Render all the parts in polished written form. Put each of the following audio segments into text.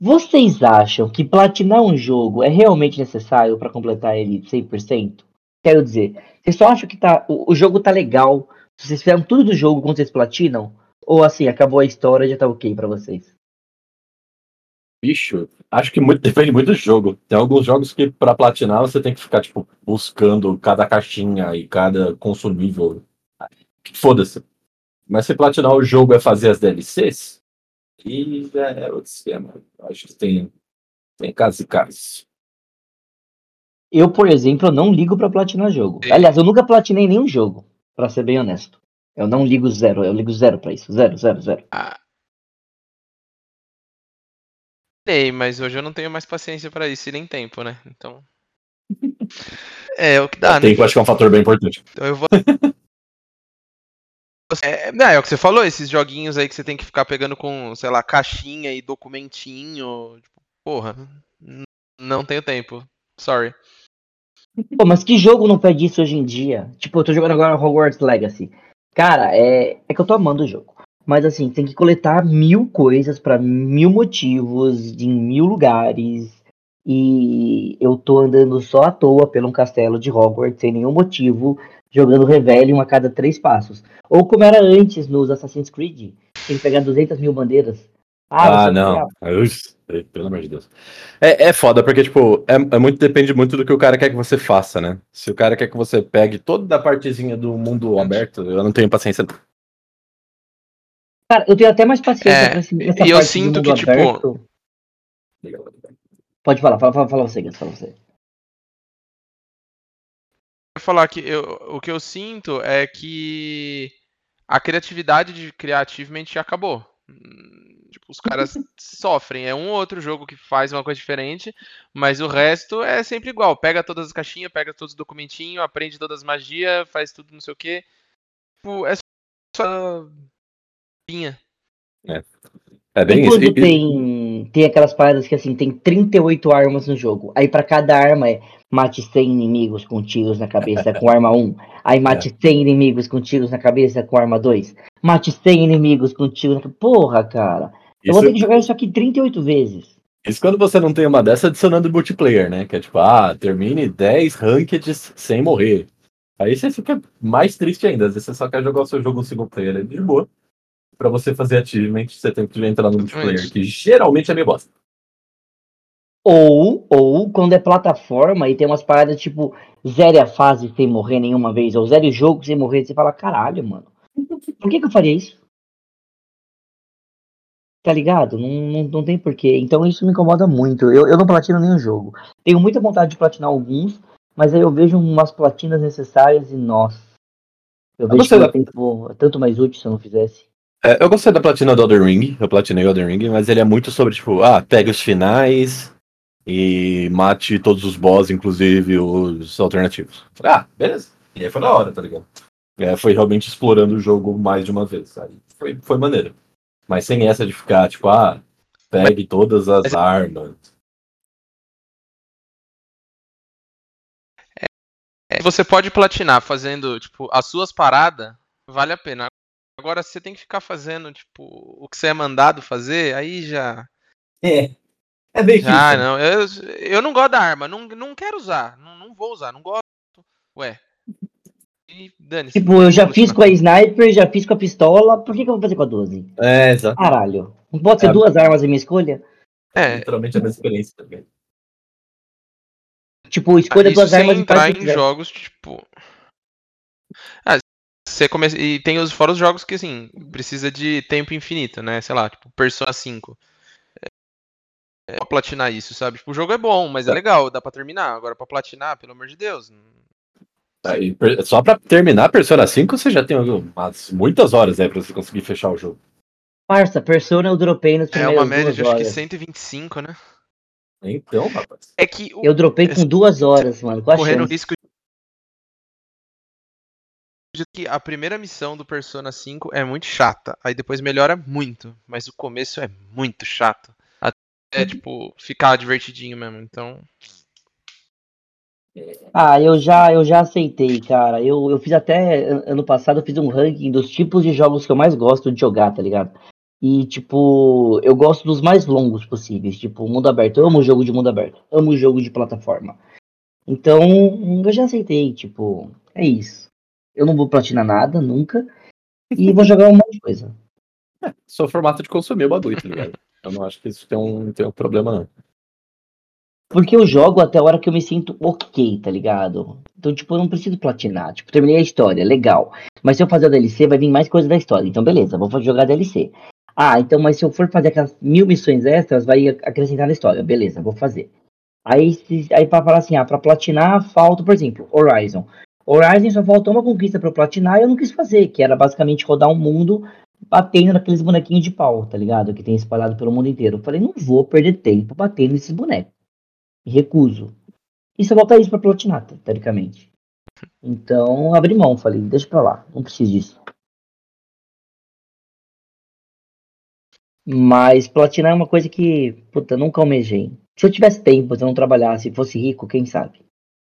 Vocês acham que platinar um jogo é realmente necessário pra completar ele 100%? Quero dizer, vocês só acham que o jogo tá legal, vocês fizeram tudo do jogo quando vocês platinam? Ou assim, acabou a história e já tá ok pra vocês? Bicho, acho que depende muito do jogo. Tem alguns jogos que pra platinar você tem que ficar, tipo, buscando cada caixinha e cada consumível. Foda-se. Mas se platinar o jogo é fazer as DLCs, e é outro esquema. Acho que tem casos e casos. Eu, por exemplo, eu não ligo pra platinar jogo. Aliás, eu nunca platinei nenhum jogo, pra ser bem honesto. Eu não ligo zero, eu ligo zero pra isso. Zero, zero, zero. Sei, mas hoje eu não tenho mais paciência pra isso e nem tempo, né? Então. É o que dá, né? Tempo acho que é um fator bem importante. Então eu vou. É o que você falou, esses joguinhos aí que você tem que ficar pegando com, sei lá, caixinha e documentinho. Tipo, porra, não tenho tempo. Sorry. Pô, mas que jogo não pede isso hoje em dia? Tipo, eu tô jogando agora Hogwarts Legacy. Cara, é que eu tô amando o jogo. Mas assim, tem que coletar 1000 coisas pra 1000 motivos, em 1000 lugares. E eu tô andando só à toa pelo um castelo de Hogwarts, sem nenhum motivo, jogando Revelio a cada 3 passos. Ou como era antes nos Assassin's Creed, tem que pegar 200 mil bandeiras. Você Não. pegar... Pelo amor de Deus. É foda, porque, tipo, depende muito do que o cara quer que você faça, né? Se o cara quer que você pegue toda a partezinha do mundo aberto, eu não tenho paciência. Cara, eu tenho até mais paciência pra essa e eu parte sinto do mundo que, aberto. Tipo. Pode falar, fala você, Gus, fala você. Vou falar que o que eu sinto é que a criatividade de criar achievement acabou. Tipo, os caras sofrem. É um ou outro jogo que faz uma coisa diferente, mas o resto é sempre igual. Pega todas as caixinhas, pega todos os documentinhos, aprende todas as magias, faz tudo não sei o quê. Tipo, é só pinha. É bem E isso. quando tem aquelas paradas que assim, tem 38 armas no jogo. Aí pra cada arma é mate 100 inimigos com tiros na cabeça com arma 1. Aí mate 100 inimigos com tiros na cabeça com arma 2. Mate 100 inimigos com tiros na cabeça. Porra, cara. Eu vou ter que jogar isso aqui 38 vezes. Isso quando você não tem uma dessa adicionando multiplayer, né? Que é tipo, termine 10 rankeds sem morrer. Aí você fica mais triste ainda. Às vezes você só quer jogar o seu jogo single player ali de boa. Pra você fazer achievement, você tem que entrar no multiplayer, que geralmente é meio bosta. Ou quando é plataforma e tem umas paradas tipo, zere a fase sem morrer nenhuma vez, ou zere o jogo sem morrer, você fala, caralho, mano. Por que eu faria isso? Tá ligado? Não tem porquê. Então isso me incomoda muito. Eu não platino nenhum jogo. Tenho muita vontade de platinar alguns, mas aí eu vejo umas platinas necessárias e nossa. Eu vejo que meu tempo é tanto mais útil se eu não fizesse. Eu gostei da platina do Elden Ring. Eu platinei o Elden Ring, mas ele é muito sobre, tipo, pega os finais e mate todos os boss, inclusive os alternativos. Beleza. E aí foi da hora, tá ligado? Foi realmente explorando o jogo mais de uma vez. Aí foi maneiro. Mas sem essa de ficar, tipo, pegue todas as armas. Você pode platinar fazendo, tipo, as suas paradas, vale a pena. Agora, você tem que ficar fazendo, tipo, o que você é mandado fazer, aí já... É bem que isso. Não, eu não gosto da arma, não quero usar, não vou usar, não gosto. Ué. E dane-se. Tipo, eu já fiz com a sniper, já fiz com a pistola, por que eu vou fazer com a 12? Exato. Caralho. Não pode ser duas armas em minha escolha? Literalmente a minha experiência também. Tipo, escolha duas armas e faz o que em quiser. jogos, tipo... você começa... E tem fora os jogos que, assim, precisa de tempo infinito, né? Sei lá, tipo, Persona 5. Pra platinar isso, sabe? Tipo, o jogo é bom, mas é legal, dá pra terminar. Agora, pra platinar, pelo amor de Deus... Só pra terminar Persona 5, você já tem muitas horas aí pra você conseguir fechar o jogo. Parça, Persona eu dropei nas primeiras 2 horas. É uma média de acho que 125, né? Então, rapaz. É que eu dropei com 2 horas, mano. Qual a correndo chance? risco de que a primeira missão do Persona 5 é muito chata. Aí depois melhora muito. Mas o começo é muito chato. Até, tipo, ficar divertidinho mesmo. Então... eu já aceitei, cara. Eu fiz até ano passado, eu fiz um ranking dos tipos de jogos que eu mais gosto de jogar, tá ligado? E, tipo, eu gosto dos mais longos possíveis. Tipo, mundo aberto. Eu amo o jogo de mundo aberto. Amo o jogo de plataforma. Então, eu já aceitei, tipo, é isso. Eu não vou platinar nada, nunca. E vou jogar um monte de coisa. Só o formato de consumir o bagulho, tá ligado? Eu não acho que isso tem um problema, não. Porque eu jogo até a hora que eu me sinto ok, tá ligado? Então, tipo, eu não preciso platinar. Tipo, terminei a história, legal. Mas se eu fazer a DLC, vai vir mais coisa da história. Então, beleza, vou jogar a DLC. Ah, então, mas se eu for fazer aquelas 1000 missões extras, vai acrescentar na história. Beleza, vou fazer. Aí pra falar assim, pra platinar, falta, por exemplo, Horizon. Horizon só faltou uma conquista pra eu platinar e eu não quis fazer, que era basicamente rodar um mundo batendo naqueles bonequinhos de pau, tá ligado? Que tem espalhado pelo mundo inteiro. Eu falei, não vou perder tempo batendo nesses bonecos. Recuso. E só falta isso pra platinar, teoricamente. Então, abri mão, falei, deixa pra lá, não preciso disso. Mas platinar é uma coisa que, puta, nunca almejei. Se eu tivesse tempo, se eu não trabalhasse, fosse rico, quem sabe?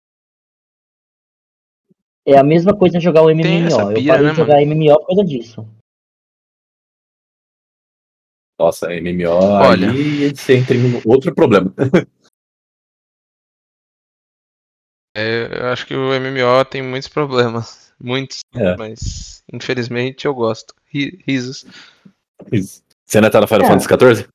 É a mesma coisa jogar o Tem essa MMO. Eu pira, parei né, de mano? jogar MMO por causa disso. Nossa, MMO Olha, aí você entra em outro problema. eu acho que o MMO tem muitos problemas. Muitos, É, mas infelizmente eu gosto. Risos. isso. Você ainda tá no Final É, Fantasy XIV?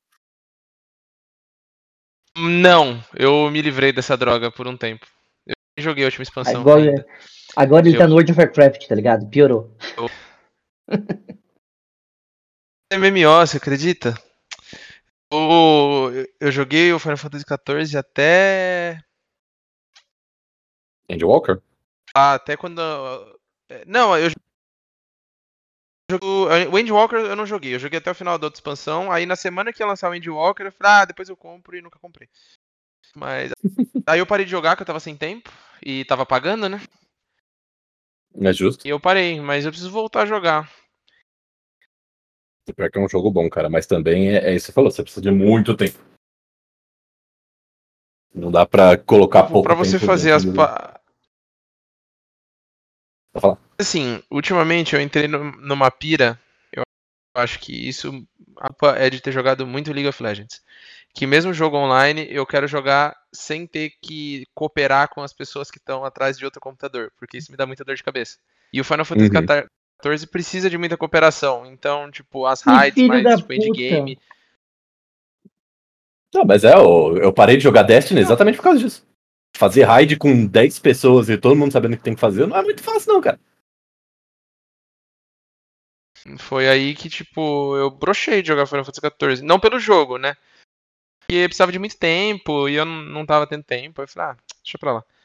Não, eu me livrei dessa droga por um tempo. Eu nem joguei a última expansão agora, ainda. agora ele Eu, tá no World of Warcraft, tá ligado? Piorou. MMO, você acredita? Eu joguei o Final Fantasy XIV Andy Walker? até quando. Não, eu jogo. O Endwalker eu não joguei. Eu joguei até o final da outra expansão. Aí na semana que ia lançar o Endwalker, eu falei, depois eu compro e nunca comprei. Mas aí eu parei de jogar, que eu tava sem tempo e tava pagando, né? É justo. E eu parei, mas eu preciso voltar a jogar. Pior que é um jogo bom, cara, mas também é isso que você falou, você precisa de muito tempo. Não dá pra colocar Tipo, pra pouco você tempo fazer dentro as. do. Pra falar. Assim, ultimamente eu entrei numa pira. Eu acho que isso a culpa é de ter jogado muito League of Legends. Que mesmo jogo online, eu quero jogar sem ter que cooperar com as pessoas que estão atrás de outro computador, porque isso me dá muita dor de cabeça. E o Final Fantasy Uhum. XIV precisa de muita cooperação. Então, tipo, as Que raids filho mais da tipo puta. endgame. Não, mas eu parei de jogar Destiny exatamente por causa disso. Fazer raid com 10 pessoas e todo mundo sabendo o que tem que fazer não é muito fácil, não, cara. Foi aí que, tipo, eu brochei de jogar Final Fantasy XIV. Não pelo jogo, né? Porque precisava de muito tempo e eu não tava tendo tempo. Aí eu falei, deixa pra lá.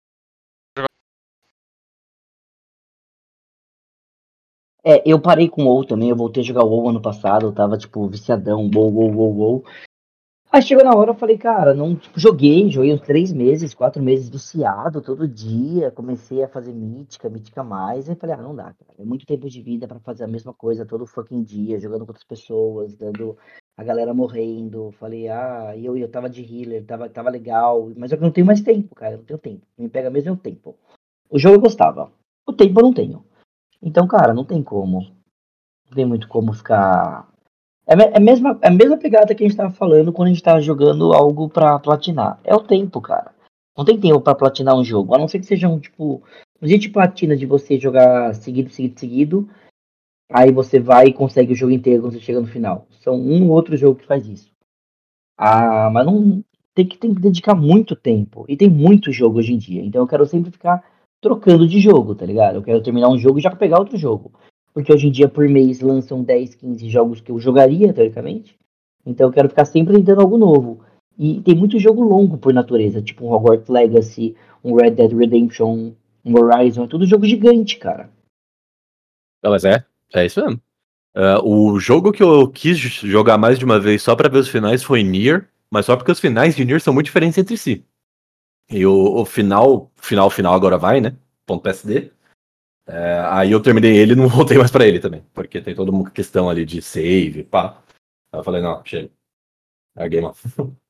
Eu parei com o WoW também, eu voltei a jogar o WoW ano passado, eu tava, tipo, viciadão, WoW. Aí chegou na hora, eu falei, cara, não, tipo, joguei uns 3 meses, 4 meses viciado todo dia, comecei a fazer mítica mais, aí falei, não dá, cara, é muito tempo de vida pra fazer a mesma coisa todo fucking dia, jogando com outras pessoas, dando a galera morrendo, falei, e eu tava de healer, tava legal, mas eu não tenho mais tempo, cara, eu não tenho tempo, me pega mesmo é o tempo. O jogo eu gostava, o tempo eu não tenho. Então, cara, não tem como, não tem muito como ficar é a mesma pegada que a gente tava falando quando a gente tava jogando algo pra platinar. É o tempo, cara. Não tem tempo pra platinar um jogo. A não ser que seja um tipo. A gente platina de você jogar seguido. Aí você vai e consegue o jogo inteiro quando você chega no final. São um ou outro jogo que faz isso. Mas não. Tem que dedicar muito tempo. E tem muito jogo hoje em dia. Então eu quero sempre ficar trocando de jogo, tá ligado? Eu quero terminar um jogo e já pegar outro jogo. Porque hoje em dia, por mês, lançam 10, 15 jogos que eu jogaria, teoricamente. Então eu quero ficar sempre tentando algo novo. E tem muito jogo longo por natureza, tipo um Hogwarts Legacy, um Red Dead Redemption, um Horizon, é tudo jogo gigante, cara. Não, mas é isso mesmo. O jogo que eu quis jogar mais de uma vez só pra ver os finais foi Nier, mas só porque os finais de Nier são muito diferentes entre si. E o final agora vai, né? Ponto PSD. Aí eu terminei ele e não voltei mais pra ele também, porque tem toda uma questão ali de save, pá. Aí eu falei, não, chega. Game off.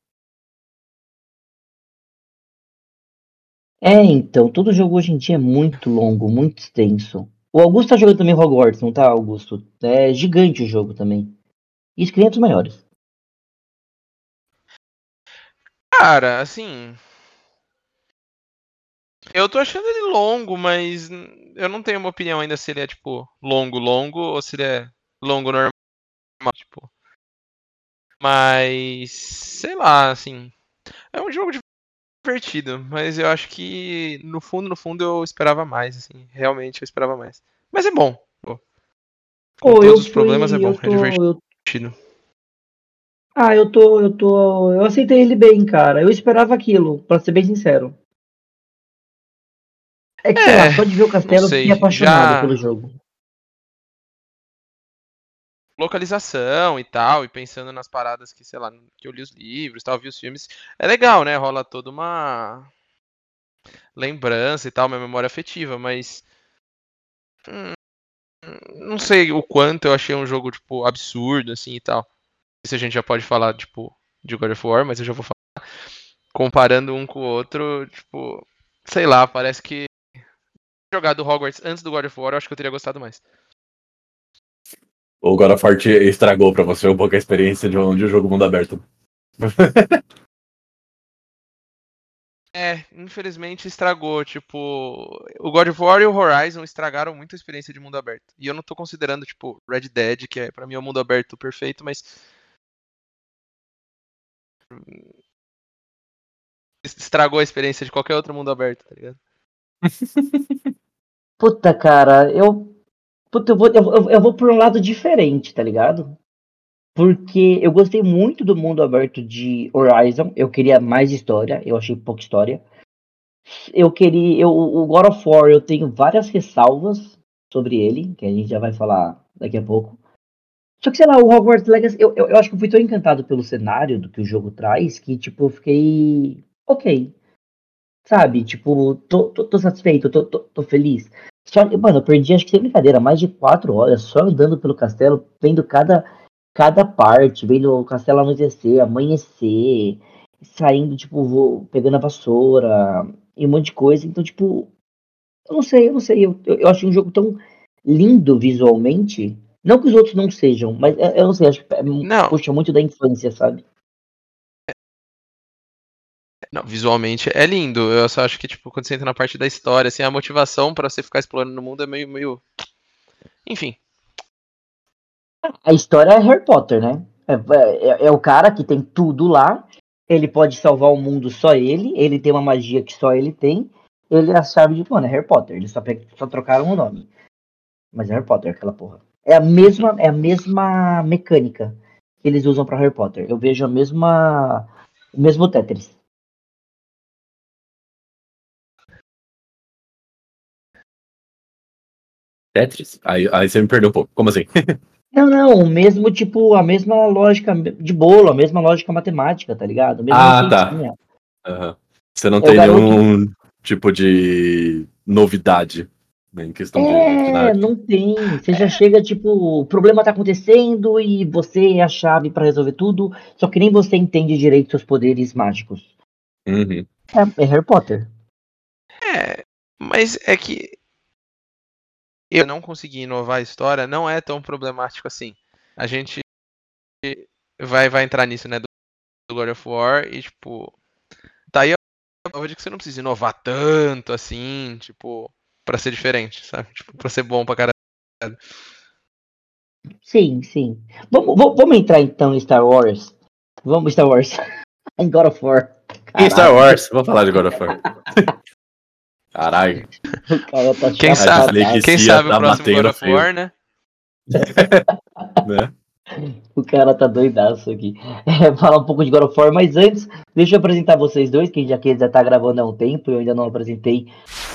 Então, todo jogo hoje em dia é muito longo, muito extenso. O Augusto tá jogando também Hogwarts, não tá, Augusto? É gigante o jogo também. E os 500 maiores. Cara, assim. Eu tô achando ele longo, mas eu não tenho uma opinião ainda se ele é, tipo, longo ou se ele é longo normal, tipo. Mas, sei lá, assim. É um jogo divertido, mas eu acho que no fundo eu esperava mais, assim. Realmente eu esperava mais. Mas é bom. Pô. Com Pô, todos os problemas é bom, é eu divertido. eu aceitei ele bem, cara. Eu esperava aquilo, pra ser bem sincero. É que, sei lá, É, só de ver o não castelo eu fiquei sei. apaixonado pelo Já jogo. localização e tal, e pensando nas paradas que, sei lá, que eu li os livros, tal, vi os filmes, é legal, né? Rola toda uma lembrança e tal, uma memória afetiva, mas hum, não sei o quanto eu achei um jogo, tipo, absurdo, assim, e tal. Se a gente já pode falar, tipo, de God of War, mas eu já vou falar. Comparando um com o outro, tipo, sei lá, parece que jogado Hogwarts antes do God of War, eu acho que eu teria gostado mais. O God of War estragou pra você um pouco a experiência de um jogo mundo aberto. É, infelizmente estragou, tipo, o God of War e o Horizon estragaram muito a experiência de mundo aberto. E eu não tô considerando, tipo, Red Dead, que é pra mim é o mundo aberto perfeito, mas estragou a experiência de qualquer outro mundo aberto, tá ligado? Puta, cara, eu vou por um lado diferente, tá ligado? Porque eu gostei muito do mundo aberto de Horizon. Eu queria mais história, eu achei pouca história. O God of War, eu tenho várias ressalvas sobre ele, que a gente já vai falar daqui a pouco. Só que, sei lá, o Hogwarts Legacy, eu acho que eu fui tão encantado pelo cenário do que o jogo traz, que, tipo, eu fiquei ok, sabe? Tipo, tô satisfeito, tô feliz. Só, mano, eu perdi, acho que sem brincadeira, mais de 4 horas só andando pelo castelo, vendo cada parte, vendo o castelo anoitecer, amanhecer, saindo, tipo, pegando a vassoura e um monte de coisa. Então, tipo, eu não sei, eu achei um jogo tão lindo visualmente. Não que os outros não sejam, mas eu não sei, acho que Não, puxa muito da infância, sabe? não, visualmente é lindo. Eu só acho que, tipo, quando você entra na parte da história, assim, a motivação pra você ficar explorando no mundo é meio. Enfim. A história é Harry Potter, né? É o cara que tem tudo lá. Ele pode salvar o mundo só ele. Ele tem uma magia que só ele tem. Ele é a chave de mano, é Harry Potter. Eles só trocaram o nome. Mas é Harry Potter, aquela porra. É a mesma mecânica que eles usam pra Harry Potter. Eu vejo o mesmo Tetris. Tetris? Aí você me perdeu um pouco. Como assim? Não, o mesmo tipo, a mesma lógica de bolo, a mesma lógica matemática, tá ligado? A mesma Ah, tá. receitinha. Aham. Você não É o tem garoto. nenhum tipo de novidade, né, em questão de Não narrativa. tem. Você já chega, tipo, o problema tá acontecendo e você é a chave pra resolver tudo, só que nem você entende direito seus poderes mágicos. Uhum. É Harry Potter. É, mas é que eu não consegui inovar a história não é tão problemático assim. A gente vai entrar nisso, né, do God of War e, tipo, tá aí a prova de que você não precisa inovar tanto assim, tipo, pra ser diferente, sabe? Tipo, pra ser bom pra caralho. Sim, sim. Vamos entrar então em Star Wars. Vamos, Star Wars. Em God of War. E Star Caralho, Wars? Vamos falar de God of War. Caralho. o cara tá A Quem dislexia sabe o tá próximo God batendo of feio, War, né? né? O cara tá doidaço aqui. Falar um pouco de God of War, mas antes, deixa eu apresentar vocês dois, que já tá gravando há um tempo, eu ainda não apresentei.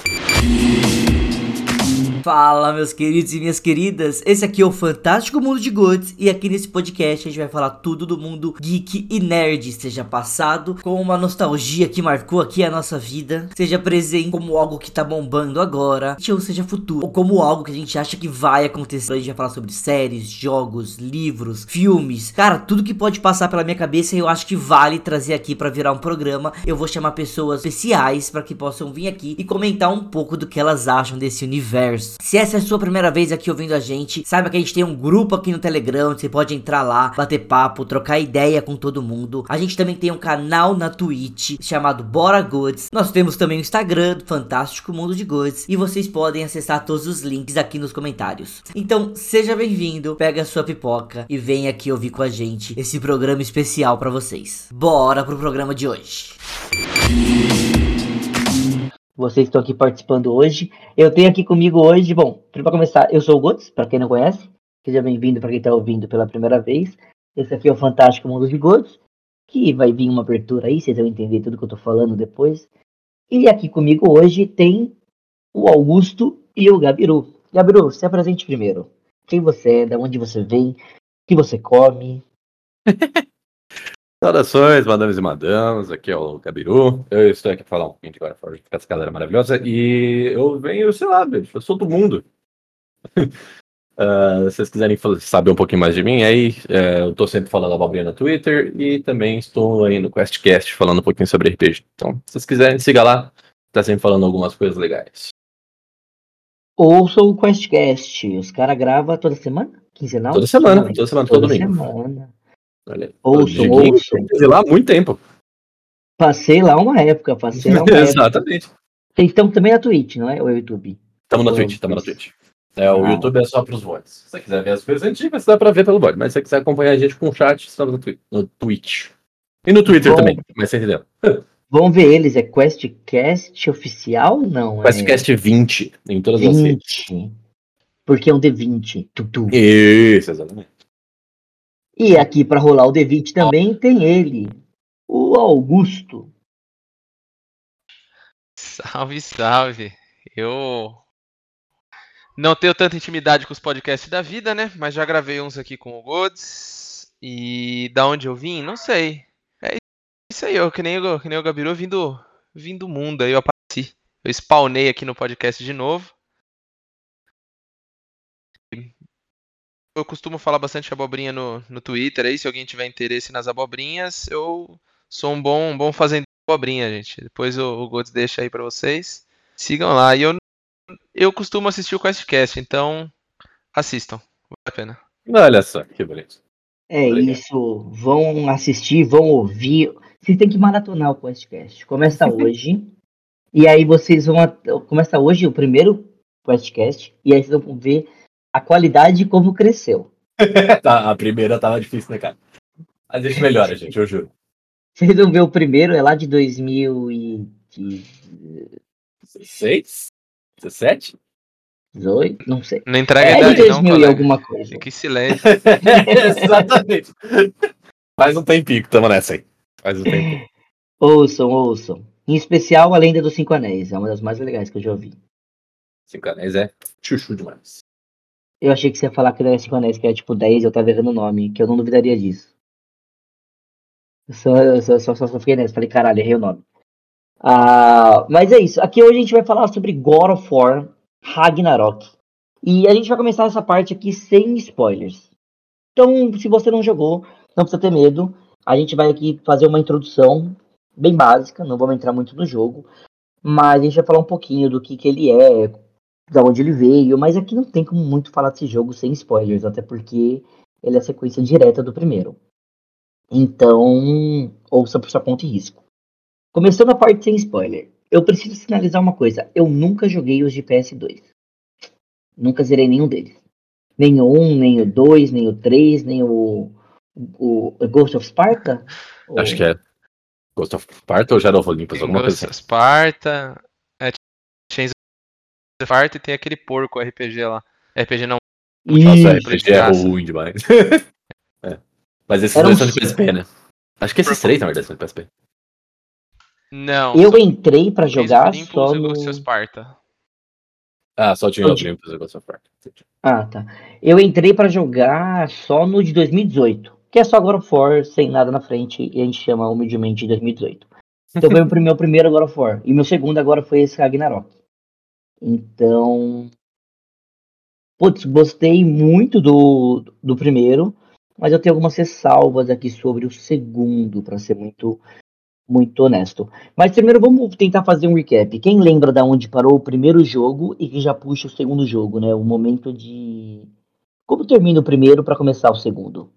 Fala, meus queridos e minhas queridas, esse aqui é o Fantástico Mundo de Gods e aqui nesse podcast a gente vai falar tudo do mundo geek e nerd, seja passado com uma nostalgia que marcou aqui a nossa vida, seja presente como algo que tá bombando agora, ou seja futuro, ou como algo que a gente acha que vai acontecer. A gente vai falar sobre séries, jogos, livros, filmes, cara, tudo que pode passar pela minha cabeça eu acho que vale trazer aqui pra virar um programa. Eu vou chamar pessoas especiais pra que possam vir aqui e comentar um pouco do que elas acham desse universo. nerds. Se essa é a sua primeira vez aqui ouvindo a gente, saiba que a gente tem um grupo aqui no Telegram, você pode entrar lá, bater papo, trocar ideia com todo mundo. A gente também tem um canal na Twitch chamado Bora Goods. Nós temos também o Instagram do Fantástico Mundo de Goods e vocês podem acessar todos os links aqui nos comentários. Então, seja bem-vindo, pega a sua pipoca e vem aqui ouvir com a gente esse programa especial pra vocês. Bora pro programa de hoje. Vocês estão aqui participando hoje. Eu tenho aqui comigo hoje, bom, para começar, eu sou o Gods, para quem não conhece. Seja bem-vindo para quem está ouvindo pela primeira vez. Esse aqui é o Fantástico Mundo de Gods, que vai vir uma abertura aí, vocês vão entender tudo que eu tô falando depois. E aqui comigo hoje tem o Augusto e o Gabiru. Gabiru, se apresente primeiro. Quem você é, de onde você vem, o que você come. Saudações, madames e madames, aqui é o Gabiru. Eu estou aqui para falar um pouquinho de God of War, com essa galera maravilhosa. E eu venho, sei lá, bicho, eu sou do mundo. Se vocês quiserem saber um pouquinho mais de mim, aí eu tô sempre falando abobrinha no Twitter e também estou aí no QuestCast falando um pouquinho sobre RPG. Então, se vocês quiserem, siga lá, tá sempre falando algumas coisas legais. Ouça o QuestCast. Os caras gravam toda semana? Quinzenal? Toda semana, todo domingo. Semana. Olha, Ouçam. Sei lá, há muito tempo. Passei lá uma época. Exatamente. Vocês estão também na Twitch, não é? Ou é o YouTube? Estamos na Twitch. O YouTube é só pros voids. Se você quiser ver as coisas antigas, dá pra ver pelo void. Mas se você quiser acompanhar a gente com o chat, estamos no Twitch. E no Twitter também, mas você entendeu. Vamos ver eles, é QuestCast oficial? Não, QuestCast 20, em todas as redes. Porque é um D20. Isso, exatamente. E aqui para rolar o D20 também tem ele, o Augusto. Salve. Eu não tenho tanta intimidade com os podcasts da vida, né? Mas já gravei uns aqui com o Gods. E da onde eu vim? Não sei. É isso aí, que nem o Gabiru vim do mundo. Aí eu apareci. Eu spawnei aqui no podcast de novo. Eu costumo falar bastante abobrinha no Twitter aí. Se alguém tiver interesse nas abobrinhas, eu sou um bom fazendeiro de abobrinha, gente. Depois o Gods deixa aí pra vocês. Sigam lá. E eu costumo assistir o QuestCast, então assistam. Vale a pena. Olha só, que bonito. Obrigado. Isso. Vão assistir, vão ouvir. Vocês têm que maratonar o QuestCast. Começa hoje. E aí vocês vão... Começa hoje o primeiro QuestCast. E aí vocês vão ver a qualidade de como cresceu. A primeira tava difícil, né, cara? Mas a gente melhora, gente, eu juro. Vocês vão ver o primeiro, é lá de 2016? 17? 18? Não sei. Não entrega a É idade de não, 2000 e colega. alguma coisa. Que silêncio. Exatamente. Faz um tempinho que tamo nessa aí. Faz um tempinho. Ouçam. Em especial, A Lenda dos Cinco Anéis. É uma das mais legais que eu já ouvi. Cinco Anéis é chuchu demais. Eu achei que você ia falar que não era Cinco Anéis, que era tipo 10, eu tava errando o nome, que eu não duvidaria disso. Só fiquei nessa, falei, caralho, errei o nome. Mas é isso, aqui hoje a gente vai falar sobre God of War Ragnarok. E a gente vai começar essa parte aqui sem spoilers. Então, se você não jogou, não precisa ter medo. A gente vai aqui fazer uma introdução bem básica, não vamos entrar muito no jogo. Mas a gente vai falar um pouquinho do que ele é, da onde ele veio, mas aqui não tem como muito falar desse jogo sem spoilers, até porque ele é a sequência direta do primeiro. Então, ouça por sua conta e risco. Começando a parte sem spoiler, eu preciso sinalizar uma coisa, eu nunca joguei os de PS2. Nunca zerei nenhum deles. Nem o 1, nem o 2, nem o 3, nem o Ghost of Sparta? Acho que é Ghost of Sparta ou Shadow of Olympus, alguma Ghost coisa of Sparta, Chains of Sparta e tem aquele porco RPG lá. RPG não. Nossa, RPG é ruim demais. Mas esses dois são de PSP, né? Acho que esses três, na verdade, são de PSP. Não. Eu entrei pra jogar só no... Ghost of Sparta. Só tinha o Olympus e o Ghost of Sparta. Tá. Eu entrei pra jogar só no de 2018, que é só God of War, sem nada na frente, e a gente chama humildemente de 2018. Então foi o meu primeiro God of War, e meu segundo agora foi esse Ragnarok. Então... Putz, gostei muito do primeiro, mas eu tenho algumas ressalvas aqui sobre o segundo, pra ser muito muito honesto. Mas primeiro vamos tentar fazer um recap. Quem lembra da onde parou o primeiro jogo e que já puxa o segundo jogo, né? O momento de... Como termina o primeiro para começar o segundo?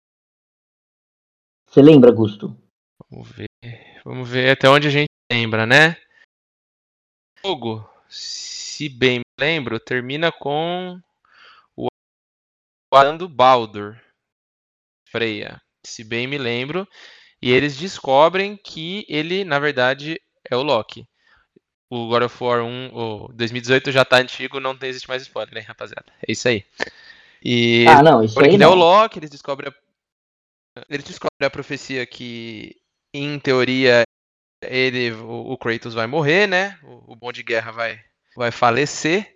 Você lembra, Gusto? Vamos ver até onde a gente lembra, né? O jogo, se bem me lembro, termina com o do Baldur, Freya. Se bem me lembro. E eles descobrem que ele, na verdade, é o Loki. O God of War 1, o 2018 já tá antigo, não existe mais spoiler, né, rapaziada? É isso aí. E eles Não, isso descobrem aí que ele é o não. Loki, eles descobrem a profecia que, em teoria, o Kratos vai morrer, né? O Bom de Guerra vai falecer.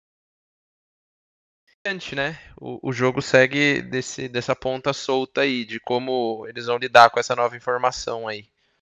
Né? O jogo segue dessa ponta solta aí, de como eles vão lidar com essa nova informação aí.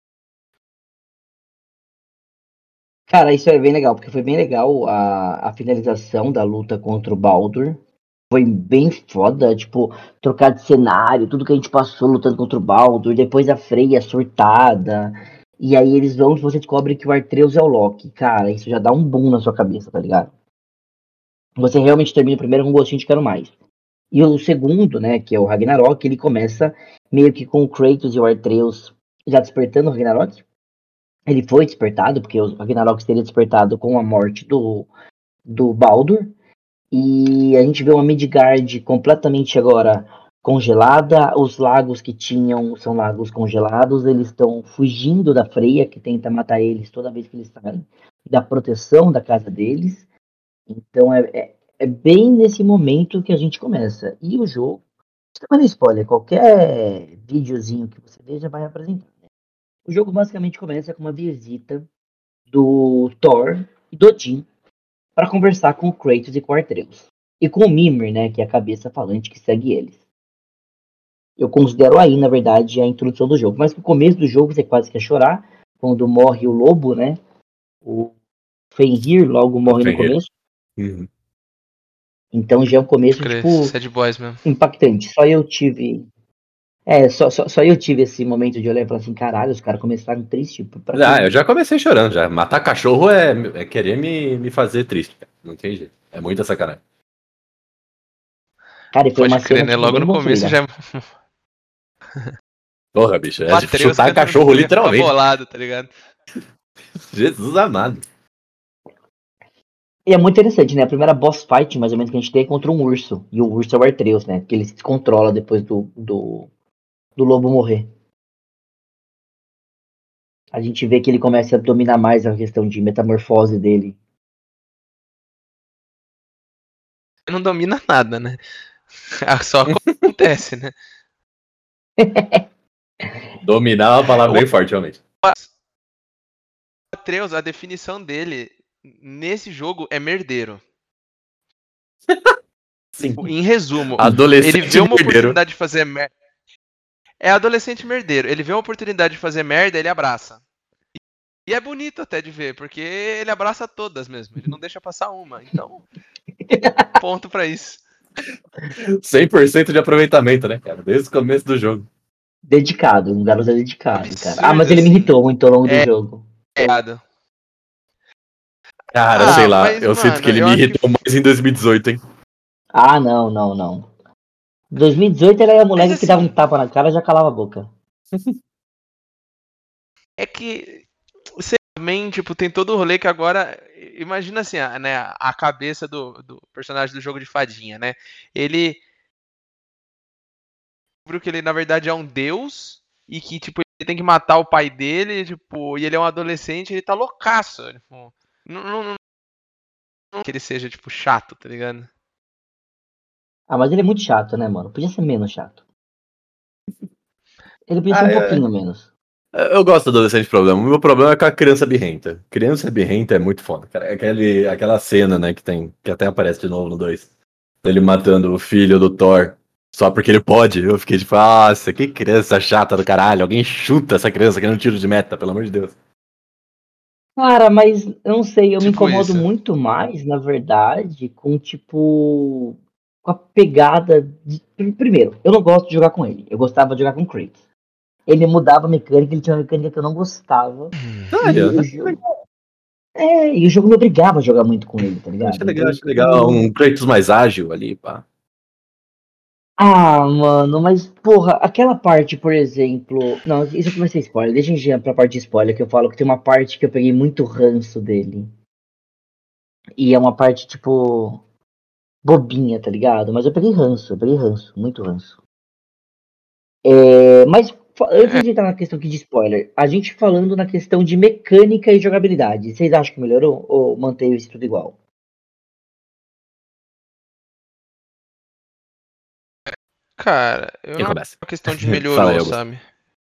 Cara, isso é bem legal, porque foi bem legal a finalização da luta contra o Baldur. Foi bem foda, tipo, trocar de cenário, tudo que a gente passou lutando contra o Baldur, depois a Freya surtada. E aí eles vão e você descobre que o Atreus é o Loki. Cara, isso já dá um boom na sua cabeça, tá ligado? Você realmente termina o primeiro com um gostinho de quero mais. E o segundo, né, que é o Ragnarok, ele começa meio que com o Kratos e o Atreus já despertando o Ragnarok. Ele foi despertado, porque o Ragnarok seria despertado com a morte do Baldur. E a gente vê uma Midgard completamente agora congelada. Os lagos que tinham são lagos congelados. Eles estão fugindo da Freya, que tenta matar eles toda vez que eles saem da proteção da casa deles. Então é bem nesse momento que a gente começa. E o jogo, não é spoiler, qualquer videozinho que você veja vai apresentar. Né? O jogo basicamente começa com uma visita do Thor e do Odin para conversar com o Kratos e com o Atreus. E com o Mimir, né, que é a cabeça falante que segue eles. Eu considero aí, na verdade, a introdução do jogo. Mas no começo do jogo você quase quer chorar, quando morre o lobo, né? O Fenrir logo morre no começo. Uhum. Então já é um começo, tipo, Sad Boys mesmo. impactante. Só eu tive esse momento de olhar e falar assim, caralho, os caras começaram triste. Eu já comecei chorando já. Matar cachorro é querer me fazer triste, cara. Não tem jeito. É muita sacanagem. Cara, e foi Pode uma crer, cena né? tipo, Logo bem no começo construída. já. Porra, bicho. É Atreus chutar cantando cachorro, Freya, literalmente. bolado, tá ligado? Jesus amado. E é muito interessante, né? A primeira boss fight, mais ou menos, que a gente tem é contra um urso. E o urso é o Atreus, né? Que ele se descontrola depois do lobo morrer. A gente vê que ele começa a dominar mais a questão de metamorfose dele. Não domina nada, né? Só acontece, né? Dominar é uma palavra bem forte, realmente. Atreus, a definição dele nesse jogo é merdeiro. Sim. Em resumo, Adolescente ele vê uma merdeiro. oportunidade de fazer merda. É adolescente merdeiro. Ele vê uma oportunidade de fazer merda, ele abraça. E é bonito até de ver, porque ele abraça todas mesmo. Ele não deixa passar uma. Então, ponto pra isso. 100% de aproveitamento, né, cara? Desde o começo do jogo. Dedicado, um garoto dedicado, cara. Absurdo, Mas ele me assim. irritou muito ao longo do jogo. Cara, sei lá. Mas, Eu sinto que ele me irritou mais em 2018, hein? Ah, não. 2018 ele era moleque Mas, que dava um assim, tapa na cara e já calava a boca. é que você também, tipo, tem todo o rolê que agora. Imagina assim, né, a cabeça do personagem do jogo de fadinha, né? Ele. Que ele, na verdade, é um deus e que, tipo, ele tem que matar o pai dele, tipo, e ele é um adolescente, ele tá loucaço. Tipo, não que ele seja, tipo, chato, tá ligado? Ah, mas ele é muito chato, né, mano? Podia ser menos chato. Ele podia ser um pouquinho menos. Eu gosto do adolescente problema. O meu problema é com a criança birrenta. Criança birrenta é muito foda, cara. É aquela cena, né, que até aparece de novo no 2. Ele matando o filho do Thor só porque ele pode. Eu fiquei tipo, nossa, que criança chata do caralho. Alguém chuta essa criança que não tiro de meta, pelo amor de Deus. Cara, mas eu não sei, eu me Tipo incomodo isso. muito mais, na verdade, com tipo. Com a pegada de. Primeiro, eu não gosto de jogar com ele. Eu gostava de jogar com o Kratos. Ele mudava a mecânica, ele tinha uma mecânica que eu não gostava. Sério? E o jogo me obrigava a jogar muito com ele, tá ligado? Achei legal. Um Kratos mais ágil ali, pá. Ah, mano, mas porra, aquela parte, por exemplo. Não, isso aqui vai ser spoiler. Deixa a gente ir pra parte de spoiler, que eu falo que tem uma parte que eu peguei muito ranço dele. E é uma parte, tipo, bobinha, tá ligado? Mas eu peguei ranço, muito ranço. Mas antes de entrar na questão aqui de spoiler, a gente falando na questão de mecânica e jogabilidade, vocês acham que melhorou ou manteve isso tudo igual? Cara, eu Quem não acho começa? que é uma questão de Fala melhorou, aí, Augusto. sabe?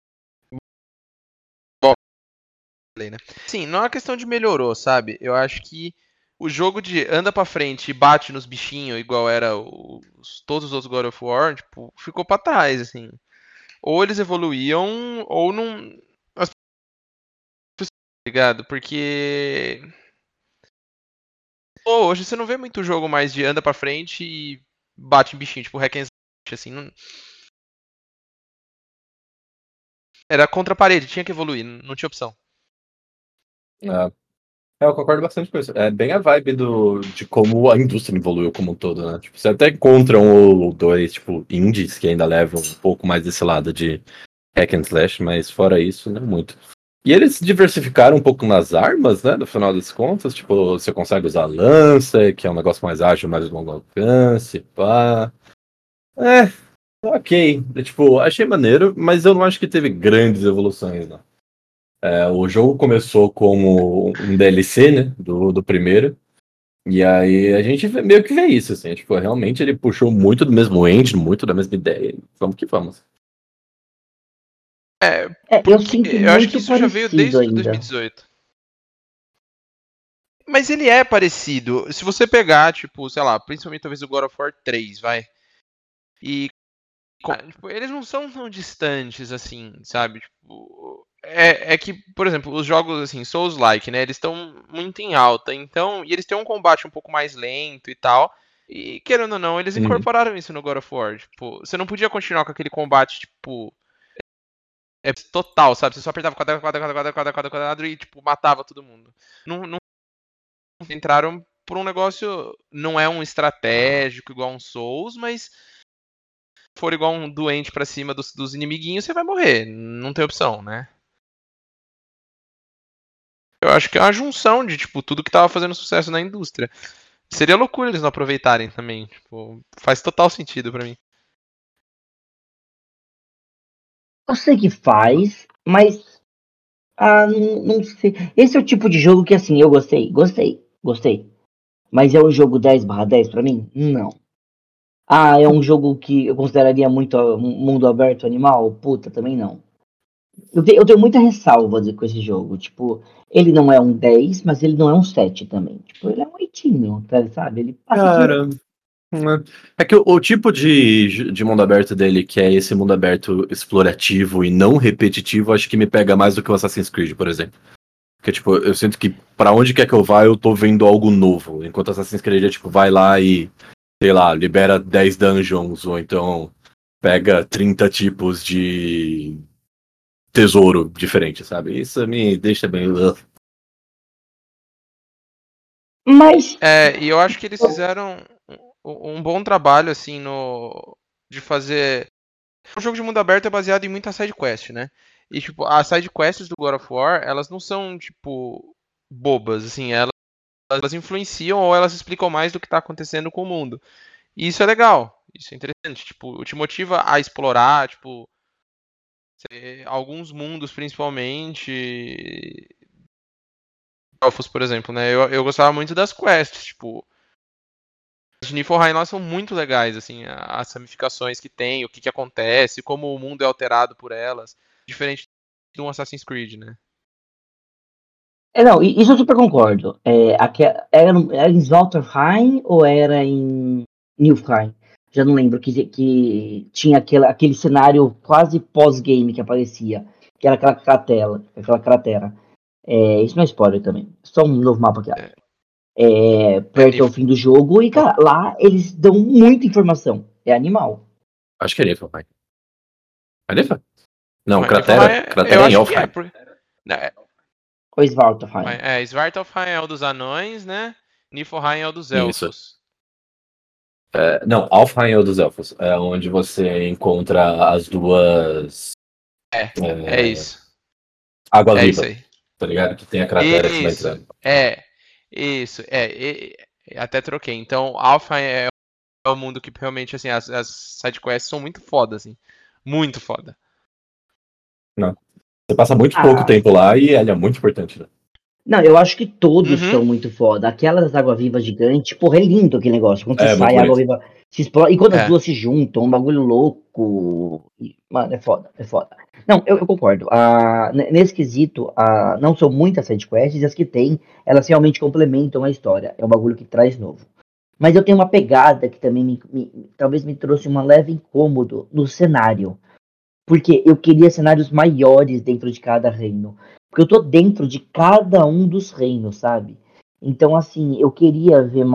Falei, né? Sim, não é uma questão de melhorou, sabe? Eu acho que o jogo de anda pra frente e bate nos bichinhos, igual era todos os outros God of War, tipo, ficou pra trás, assim. Ou eles evoluíam, ou não. As pessoas, tá ligado? Porque. Pô, hoje você não vê muito jogo mais de anda pra frente e bate em bichinho, tipo hack and slash, assim. Era contra a parede, tinha que evoluir, não tinha opção. Ah, eu concordo bastante com isso. É bem a vibe de como a indústria evoluiu como um todo, né? Tipo, você até encontra um ou dois, tipo, indies que ainda levam um pouco mais desse lado de hack and slash, mas fora isso, não muito. E eles diversificaram um pouco nas armas, né? No final das contas, tipo, você consegue usar lança, que é um negócio mais ágil, mais de longo alcance, pá. É, ok. Tipo, achei maneiro, mas eu não acho que teve grandes evoluções, não. O jogo começou como um DLC, né? Do primeiro. E aí a gente meio que vê isso, assim. Tipo, realmente ele puxou muito do mesmo engine, muito da mesma ideia. Vamos que vamos. Eu Porque sinto eu acho que muito isso já veio parecido desde ainda. 2018. Mas ele é parecido. Se você pegar, tipo, sei lá, principalmente talvez o God of War 3, vai. E tipo, eles não são tão distantes assim, sabe? Tipo, é que, por exemplo, os jogos assim, Souls-like, né? Eles estão muito em alta, então, e eles têm um combate um pouco mais lento e tal. E querendo ou não, eles Uhum. incorporaram isso no God of War. Tipo, você não podia continuar com aquele combate, tipo, total, sabe? Você só apertava quadrado, quadrado, quadrado, quadrado, quadrado, quadrado e, tipo, matava todo mundo. Não entraram por um negócio, não é um estratégico igual um Souls, mas for igual um doente pra cima dos inimiguinhos, você vai morrer. Não tem opção, né? Eu acho que é uma junção de, tipo, tudo que tava fazendo sucesso na indústria. Seria loucura eles não aproveitarem também. Tipo, faz total sentido pra mim. Eu sei que faz, mas. Não sei. Esse é o tipo de jogo que, assim, eu gostei. Mas é um jogo 10/10 pra mim? Não. É um jogo que eu consideraria muito mundo aberto animal? Puta, também não. Eu tenho muita ressalva com esse jogo. Tipo, ele não é um 10, mas ele não é um 7 também. Tipo, ele é um 8, sabe? Ele passa de. Cara, é que o tipo de mundo aberto dele, que é esse mundo aberto explorativo e não repetitivo, acho que me pega mais do que o Assassin's Creed, por exemplo. Porque, tipo, eu sinto que pra onde quer que eu vá, eu tô vendo algo novo. Enquanto Assassin's Creed é, tipo, vai lá e, sei lá, libera 10 dungeons, ou então pega 30 tipos de tesouro diferente, sabe? Isso me deixa bem. Mas. E eu acho que eles fizeram um bom trabalho, assim, no de fazer. O jogo de mundo aberto é baseado em muita side quest, né? E, tipo, as side quests do God of War, elas não são, tipo, bobas, assim, elas influenciam ou elas explicam mais do que tá acontecendo com o mundo. E isso é legal, isso é interessante, tipo, te motiva a explorar, tipo, alguns mundos principalmente, Elfos, por exemplo, né? Eu gostava muito das quests, tipo, as de Niflheim elas são muito legais, assim, as ramificações que tem, o que acontece, como o mundo é alterado por elas, diferente de um Assassin's Creed, né? Não, isso eu super concordo. Era em Svartalfheim ou era em Niflheim? Já não lembro que tinha aquele cenário quase pós-game que aparecia, que era aquela cratera. Isso não é spoiler também, só um novo mapa que abre. É Perto ao fim do jogo e, cara, lá eles dão muita informação. É animal. Acho que é Nifa, pai. É Nifa? Não, Mas Cratera eu é em acho que é. Alfheim. Né, O Svartalfheim. Svartalfheim é o dos anões, né? Niflheim é o dos Isso. elfos. Não, Alfheim é o dos elfos. É onde você encontra as duas É isso. águas É isso vivas, aí. tá ligado? Que tem a cratera que você vai Isso. entrando. Isso. Até troquei. Então, Alpha é o mundo que realmente, assim, as sidequests são muito foda, assim. Muito foda. Não. Você passa muito Ah. pouco tempo lá e ele é muito importante, né? Não, eu acho que todos Uhum. são muito foda. Aquelas água-viva gigantes, porra, é lindo aquele negócio. Quando você É, muito sai, a bonito. água-viva se explora. E quando as É. duas se juntam, um bagulho louco. Mano, é foda, é foda. Não, eu concordo. Nesse quesito, não são muitas sidequests, e as que tem, elas realmente complementam a história. É um bagulho que traz novo. Mas eu tenho uma pegada que também talvez me trouxe um leve incômodo no cenário. Porque eu queria cenários maiores dentro de cada reino. Porque eu tô dentro de cada um dos reinos, sabe? Então, assim, eu queria ver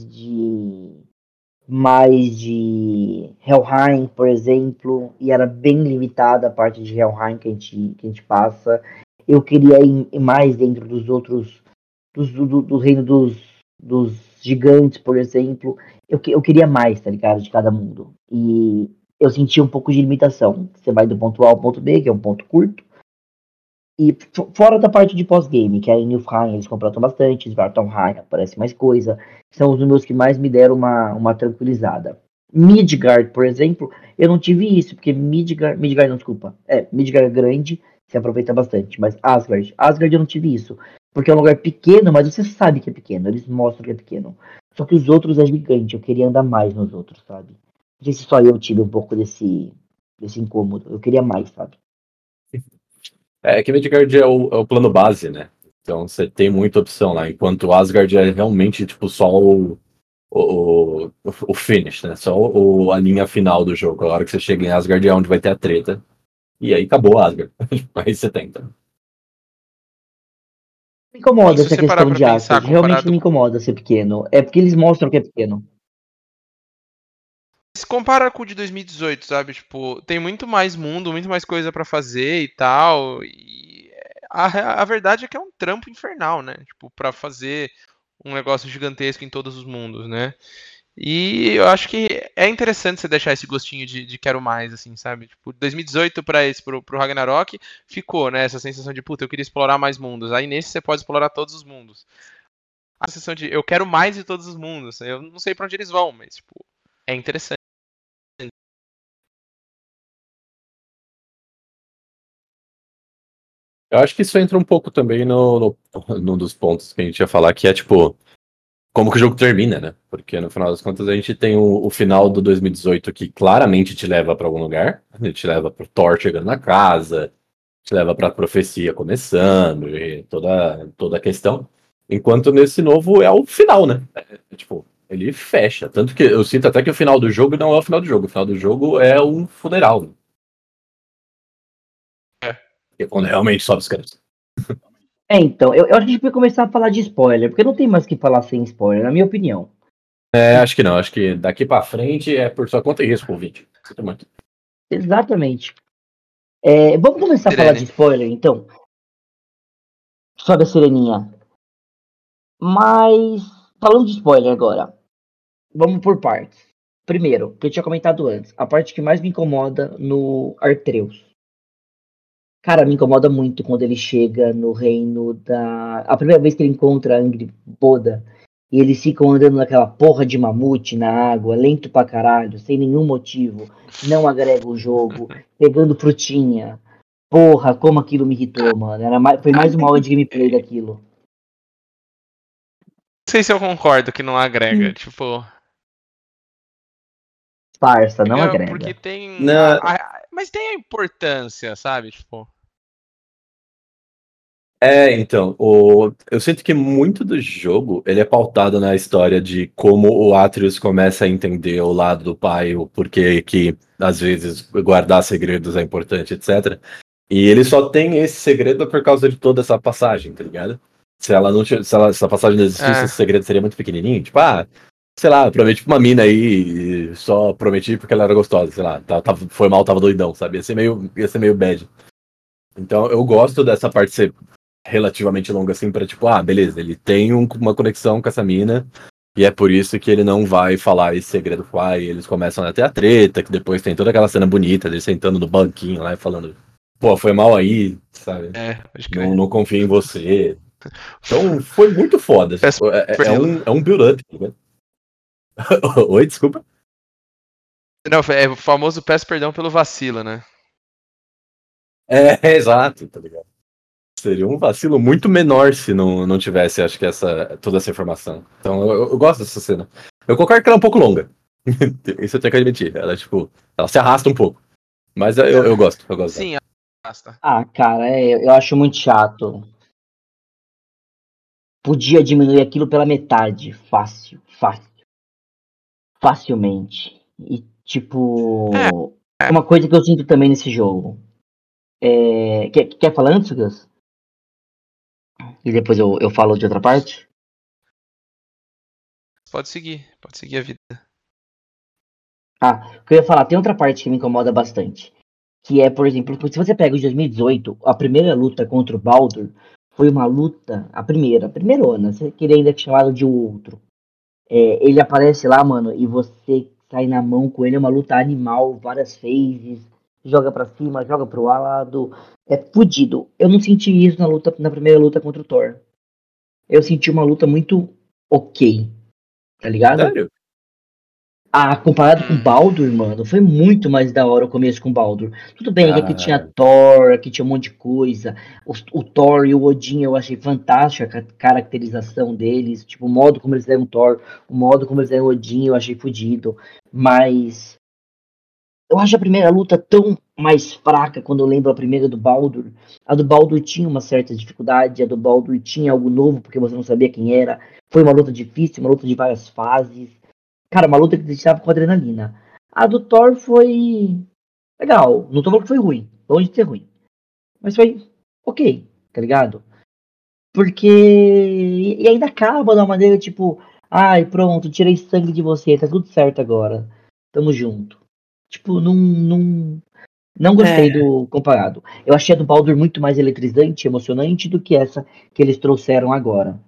mais de Helheim, por exemplo, e era bem limitada a parte de Helheim que a gente passa. Eu queria ir mais dentro dos outros, do reino dos gigantes, por exemplo. Eu queria mais, tá ligado? De cada mundo. E eu senti um pouco de limitação. Você vai do ponto A ao ponto B, que é um ponto curto. E fora da parte de pós-game, que aí em Niflheim eles completam bastante, Svartalfheim aparece mais coisa. São os números que mais me deram uma tranquilizada. Midgard, por exemplo, eu não tive isso, porque Midgard não, desculpa. Midgard é grande, se aproveita bastante. Mas Asgard eu não tive isso. Porque é um lugar pequeno, mas você sabe que é pequeno, eles mostram que é pequeno. Só que os outros é gigante, eu queria andar mais nos outros, sabe? Não sei se só eu tive um pouco desse incômodo, eu queria mais, sabe? É que Midgard é o plano base, né? Então você tem muita opção lá, enquanto Asgard é realmente tipo só o finish, né? Só a linha final do jogo. A hora que você chega em Asgard é onde vai ter a treta. E aí acabou Asgard. Aí você tenta. Me incomoda Se essa você parar questão pra de pensar, Asgard, realmente comparado. me incomoda ser pequeno. É porque eles mostram que é pequeno. Se compara com o de 2018, sabe? Tipo, tem muito mais mundo, muito mais coisa pra fazer e tal. E a verdade é que é um trampo infernal, né? Tipo, pra fazer um negócio gigantesco em todos os mundos, né? E eu acho que é interessante você deixar esse gostinho de quero mais, assim, sabe? Tipo, 2018 pro Ragnarok ficou, né? Essa sensação de, puta, eu queria explorar mais mundos. Aí nesse você pode explorar todos os mundos. A sensação de, eu quero mais de todos os mundos. Eu não sei pra onde eles vão, mas, tipo, é interessante. Eu acho que isso entra um pouco também num dos pontos que a gente ia falar, que é tipo, como que o jogo termina, né? Porque no final das contas a gente tem o final do 2018 que claramente te leva pra algum lugar. Ele te leva pro Thor chegando na casa, te leva pra profecia começando e toda a questão. Enquanto nesse novo é o final, né? Tipo, ele fecha. Tanto que eu sinto até que o final do jogo não é o final do jogo. O final do jogo é um funeral, né? Que é quando realmente sobe os créditos. Então, eu acho que a gente vai começar a falar de spoiler, porque não tem mais o que falar sem spoiler, na minha opinião. Acho que não. Acho que daqui pra frente é por sua conta e risco, ouvinte. Sinto muito. Exatamente. Vamos começar a falar de Sirene. spoiler, então. Sobe a sireninha. Mas, falando de spoiler agora, vamos por partes. Primeiro, que eu tinha comentado antes, a parte que mais me incomoda no Artreus. Cara, me incomoda muito quando ele chega no reino da. A primeira vez que ele encontra a Angry Boda e eles ficam andando naquela porra de mamute na água, lento pra caralho, sem nenhum motivo, não agrega o jogo, pegando frutinha. Porra, como aquilo me irritou, mano. Foi mais uma hora de gameplay daquilo. Não sei se eu concordo que não agrega. Tipo. Parça, não Porque agrega. tem. Não. Mas tem a importância, sabe? Tipo. Então, eu sinto que muito do jogo ele é pautado na história de como o Atreus começa a entender o lado do pai, o porquê que às vezes guardar segredos é importante, etc. E ele só tem esse segredo por causa de toda essa passagem, tá ligado? Se essa passagem não existisse, esse segredo seria muito pequenininho. Tipo, sei lá, prometi pra uma mina aí e só prometi porque ela era gostosa, sei lá, foi mal, tava doidão, sabe? Ia ser meio bad. Então eu gosto dessa parte ser relativamente longa assim pra tipo, beleza, ele tem uma conexão com essa mina e é por isso que ele não vai falar esse segredo com ela. E eles começam a ter a treta, que depois tem toda aquela cena bonita dele sentando no banquinho lá e falando, pô, foi mal aí, sabe? Acho que Não confio em você. Então foi muito foda. Peço perdão. É um build-up. Tá. Oi, desculpa. Não, é o famoso peço perdão pelo vacilo, né? Exato, tá ligado? Seria um vacilo muito menor se não tivesse, acho que, toda essa informação. Então eu gosto dessa cena. Eu concordo que ela é um pouco longa. Isso eu tenho que admitir. Ela se arrasta um pouco. Mas eu gosto dela. Sim, basta. Cara, eu acho muito chato. Podia diminuir aquilo pela metade. Facilmente. E, tipo, uma coisa que eu sinto também nesse jogo. Quer falar antes, Gus? E depois eu falo de outra parte? Pode seguir a vida. O que eu ia falar, tem outra parte que me incomoda bastante. Que é, por exemplo, se você pega o de 2018, a primeira luta contra o Baldur foi uma luta, a primeirona, você queria ainda chamá-lo de outro. Ele aparece lá, mano, e você sai na mão com ele, é uma luta animal, várias phases, joga pra cima, joga pro lado, é fudido. Eu não senti isso na primeira luta contra o Thor. Eu senti uma luta muito ok, tá ligado? Sério? Comparado com Baldur, mano, foi muito mais da hora o começo com Baldur. Tudo bem que aqui tinha Cara, Thor, aqui tinha um monte de coisa. O Thor e o Odin eu achei fantástica a caracterização deles. Tipo, o modo como eles deram o Thor, o modo como eles deram o Odin eu achei fodido. Mas eu acho a primeira luta tão mais fraca quando eu lembro a primeira do Baldur. A do Baldur tinha uma certa dificuldade, a do Baldur tinha algo novo porque você não sabia quem era. Foi uma luta difícil, uma luta de várias fases. Cara, uma luta que deixava com adrenalina. A do Thor foi legal. Não tô falando que foi ruim. Longe de ser ruim. Mas foi ok, tá ligado? Porque. E ainda acaba de uma maneira tipo. Ai, pronto, tirei sangue de você, tá tudo certo agora. Tamo junto. Tipo, não gostei do comparado. Eu achei a do Baldur muito mais eletrizante, emocionante do que essa que eles trouxeram agora.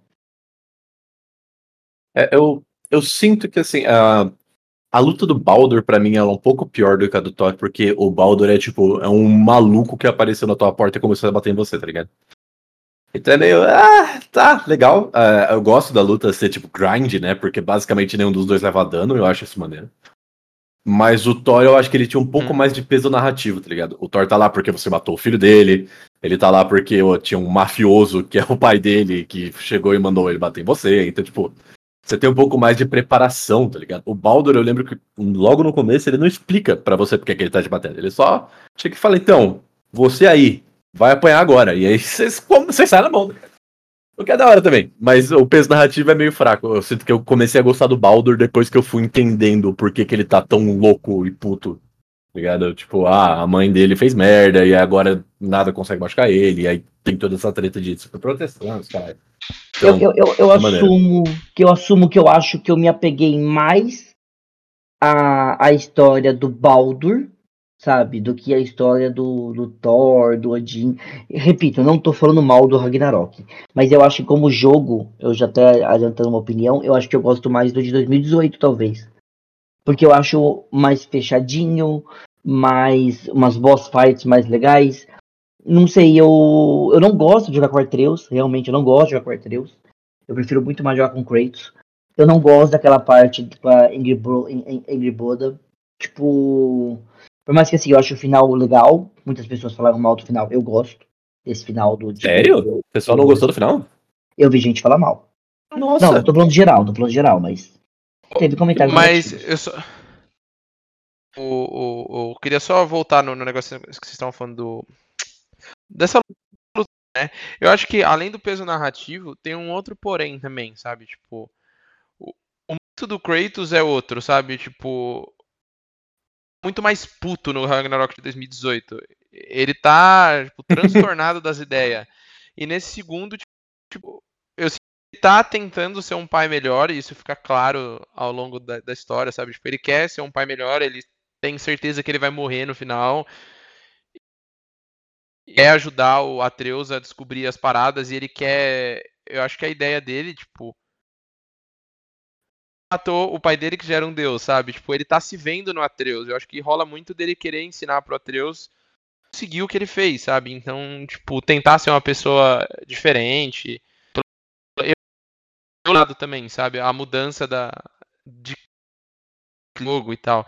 eu sinto que assim, a luta do Baldur, pra mim, ela é um pouco pior do que a do Thor, porque o Baldur é um maluco que apareceu na tua porta e começou a bater em você, tá ligado? Então é meio, tá, legal. Eu gosto da luta ser tipo grind, né? Porque basicamente nenhum dos dois leva dano, eu acho isso maneiro. Mas o Thor, eu acho que ele tinha um pouco mais de peso narrativo, tá ligado? O Thor tá lá porque você matou o filho dele, ele tá lá porque tinha um mafioso, que é o pai dele, que chegou e mandou ele bater em você. Então, tipo, você tem um pouco mais de preparação, tá ligado? O Baldur, eu lembro que logo no começo ele não explica pra você porque que ele tá te batendo. Ele só chega e fala, então, você aí, vai apanhar agora. E aí você sai na mão, né? O que é da hora também. Mas o peso narrativo é meio fraco. Eu sinto que eu comecei a gostar do Baldur depois que eu fui entendendo por que ele tá tão louco e puto. Tá ligado? Tipo, a mãe dele fez merda e agora nada consegue machucar ele. E aí tem toda essa treta de super proteção, cara. Então, Eu assumo que eu acho que eu me apeguei mais à história do Baldur, sabe, do que a história do Thor, do Odin. E, repito, eu não tô falando mal do Ragnarok, mas eu acho que como jogo, eu já até adiantando uma opinião, eu acho que eu gosto mais do de 2018, talvez. Porque eu acho mais fechadinho, mais umas boss fights mais legais. Não sei, eu não gosto de jogar com Artreus, realmente eu não gosto de jogar com Artreus. Eu prefiro muito mais jogar com Kratos. Eu não gosto daquela parte com a Ingrid Boda. Tipo, por mais que assim, eu acho o final legal, muitas pessoas falaram mal do final, eu gosto desse final do tipo. sério? O pessoal não gostou do final? Eu vi gente falar mal. Nossa. Não tô falando de geral, mas teve comentários Mas negativos. eu só. Eu queria só voltar no negócio que vocês estavam falando dessa luta, né? Eu acho que além do peso narrativo, tem um outro porém também, sabe? Tipo, o momento do Kratos é outro, sabe? Tipo, muito mais puto no Ragnarok de 2018. Ele tá, tipo, transtornado das ideias. E nesse segundo, tipo, eu tá tentando ser um pai melhor, e isso fica claro ao longo da história, sabe? Tipo, ele quer ser um pai melhor, ele tem certeza que ele vai morrer no final, quer ajudar o Atreus a descobrir as paradas, e ele quer. Eu acho que a ideia dele, tipo, matou o pai dele que já era um deus, sabe? Tipo, ele tá se vendo no Atreus. Eu acho que rola muito dele querer ensinar pro Atreus conseguir o que ele fez, sabe? Então, tipo, tentar ser uma pessoa diferente. Eu lado também, sabe? A mudança de jogo e tal.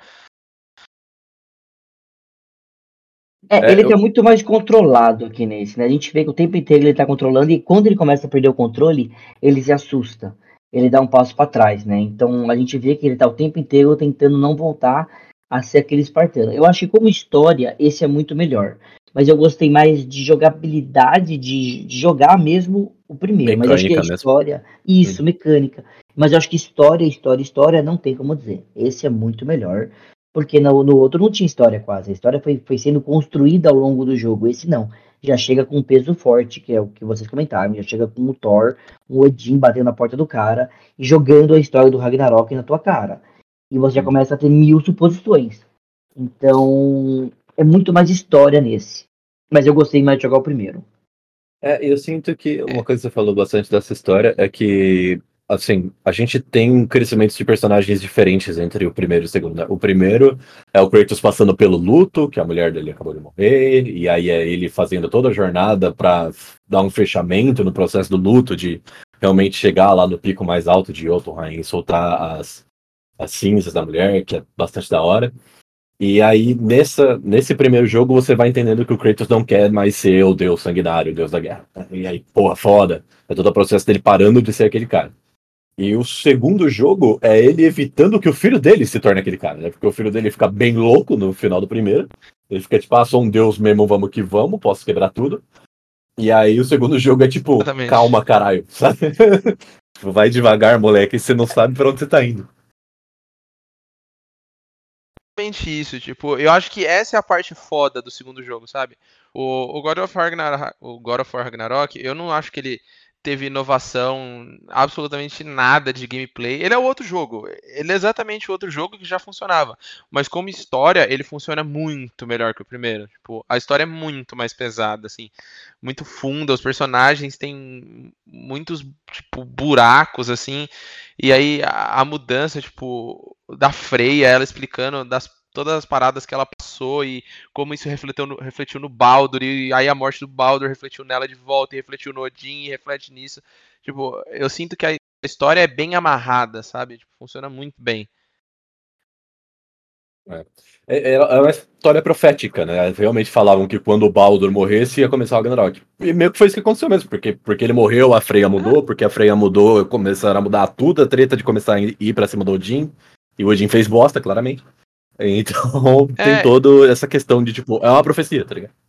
Ele tá muito mais controlado aqui nesse, né? A gente vê que o tempo inteiro ele tá controlando e quando ele começa a perder o controle, ele se assusta. Ele dá um passo para trás, né? Então a gente vê que ele tá o tempo inteiro tentando não voltar a ser aquele espartano. Eu acho que como história, esse é muito melhor. Mas eu gostei mais de jogabilidade, de jogar mesmo o primeiro. Mas eu acho que a Mecânica mesmo. história, isso, mecânica. Mas eu acho que história, não tem como dizer. Esse é muito melhor. Porque no outro não tinha história quase. A história foi sendo construída ao longo do jogo. Esse não. Já chega com um peso forte, que é o que vocês comentaram. Já chega com o Thor, o Odin batendo na porta do cara e jogando a história do Ragnarok na tua cara. E você já começa a ter 1000 suposições. Então, é muito mais história nesse. Mas eu gostei mais de jogar o primeiro. Eu sinto que uma coisa que você falou bastante dessa história é que, assim, a gente tem um crescimento de personagens diferentes entre o primeiro e o segundo, né? O primeiro é o Kratos passando pelo luto, que a mulher dele acabou de morrer, e aí é ele fazendo toda a jornada pra dar um fechamento no processo do luto, de realmente chegar lá no pico mais alto de Jotunheim e soltar as cinzas da mulher, que é bastante da hora. E aí, nesse primeiro jogo, você vai entendendo que o Kratos não quer mais ser o deus sanguinário, o deus da guerra. E aí, porra, foda. É todo o processo dele parando de ser aquele cara. E o segundo jogo é ele evitando que o filho dele se torne aquele cara, né? Porque o filho dele fica bem louco no final do primeiro. Ele fica tipo, sou um deus mesmo, vamos que vamos, posso quebrar tudo. E aí o segundo jogo é tipo, Exatamente. calma, caralho, sabe? Vai devagar, moleque, você não sabe pra onde você tá indo. Isso, tipo, eu acho que essa é a parte foda do segundo jogo, sabe? O God of War Ragnarok, eu não acho que ele teve inovação, absolutamente nada de gameplay. Ele é o outro jogo, ele é exatamente o outro jogo que já funcionava, mas como história, ele funciona muito melhor que o primeiro. Tipo, a história é muito mais pesada, assim, muito funda, os personagens têm muitos, tipo, buracos, assim, e aí a mudança, tipo, da Freya, ela explicando todas as paradas que ela passou e como isso refletiu no Baldur, e aí a morte do Baldur refletiu nela de volta, e refletiu no Odin, e reflete nisso. Tipo, eu sinto que a história é bem amarrada, sabe? Tipo, funciona muito bem. É uma história profética, né? Realmente falavam que quando o Baldur morresse ia começar o Ragnarok. E meio que foi isso que aconteceu mesmo, porque ele morreu, a Freya mudou, porque a Freya mudou, começaram a mudar tudo, a treta de começar a ir pra cima do Odin, e o Odin fez bosta, claramente. Então tem toda essa questão de, tipo, é uma profecia, tá ligado?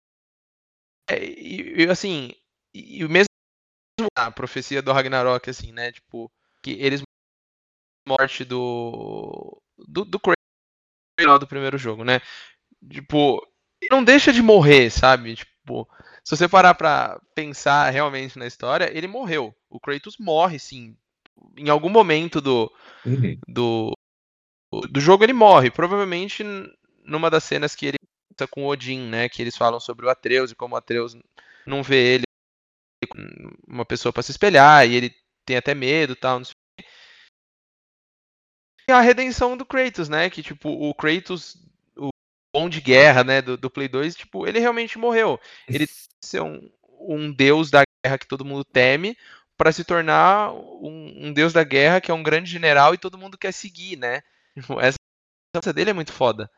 Assim, e mesmo a profecia do Ragnarok, assim, né? Tipo, que eles morte do Kratos do primeiro jogo, né? Tipo, ele não deixa de morrer, sabe? Tipo, se você parar pra pensar realmente na história, ele morreu. O Kratos morre, sim. Em algum momento do, do jogo ele morre. Provavelmente numa das cenas que ele tá com o Odin, né? Que eles falam sobre o Atreus e como o Atreus não vê ele como uma pessoa pra se espelhar e ele tem até medo e tal, não sei. E a redenção do Kratos, né? Que tipo, o Kratos, o bom de guerra, né, do Play 2, tipo, ele realmente morreu. Ele ser um deus da guerra que todo mundo teme pra se tornar um deus da guerra que é um grande general e todo mundo quer seguir, né? Tipo, essa dele é muito foda.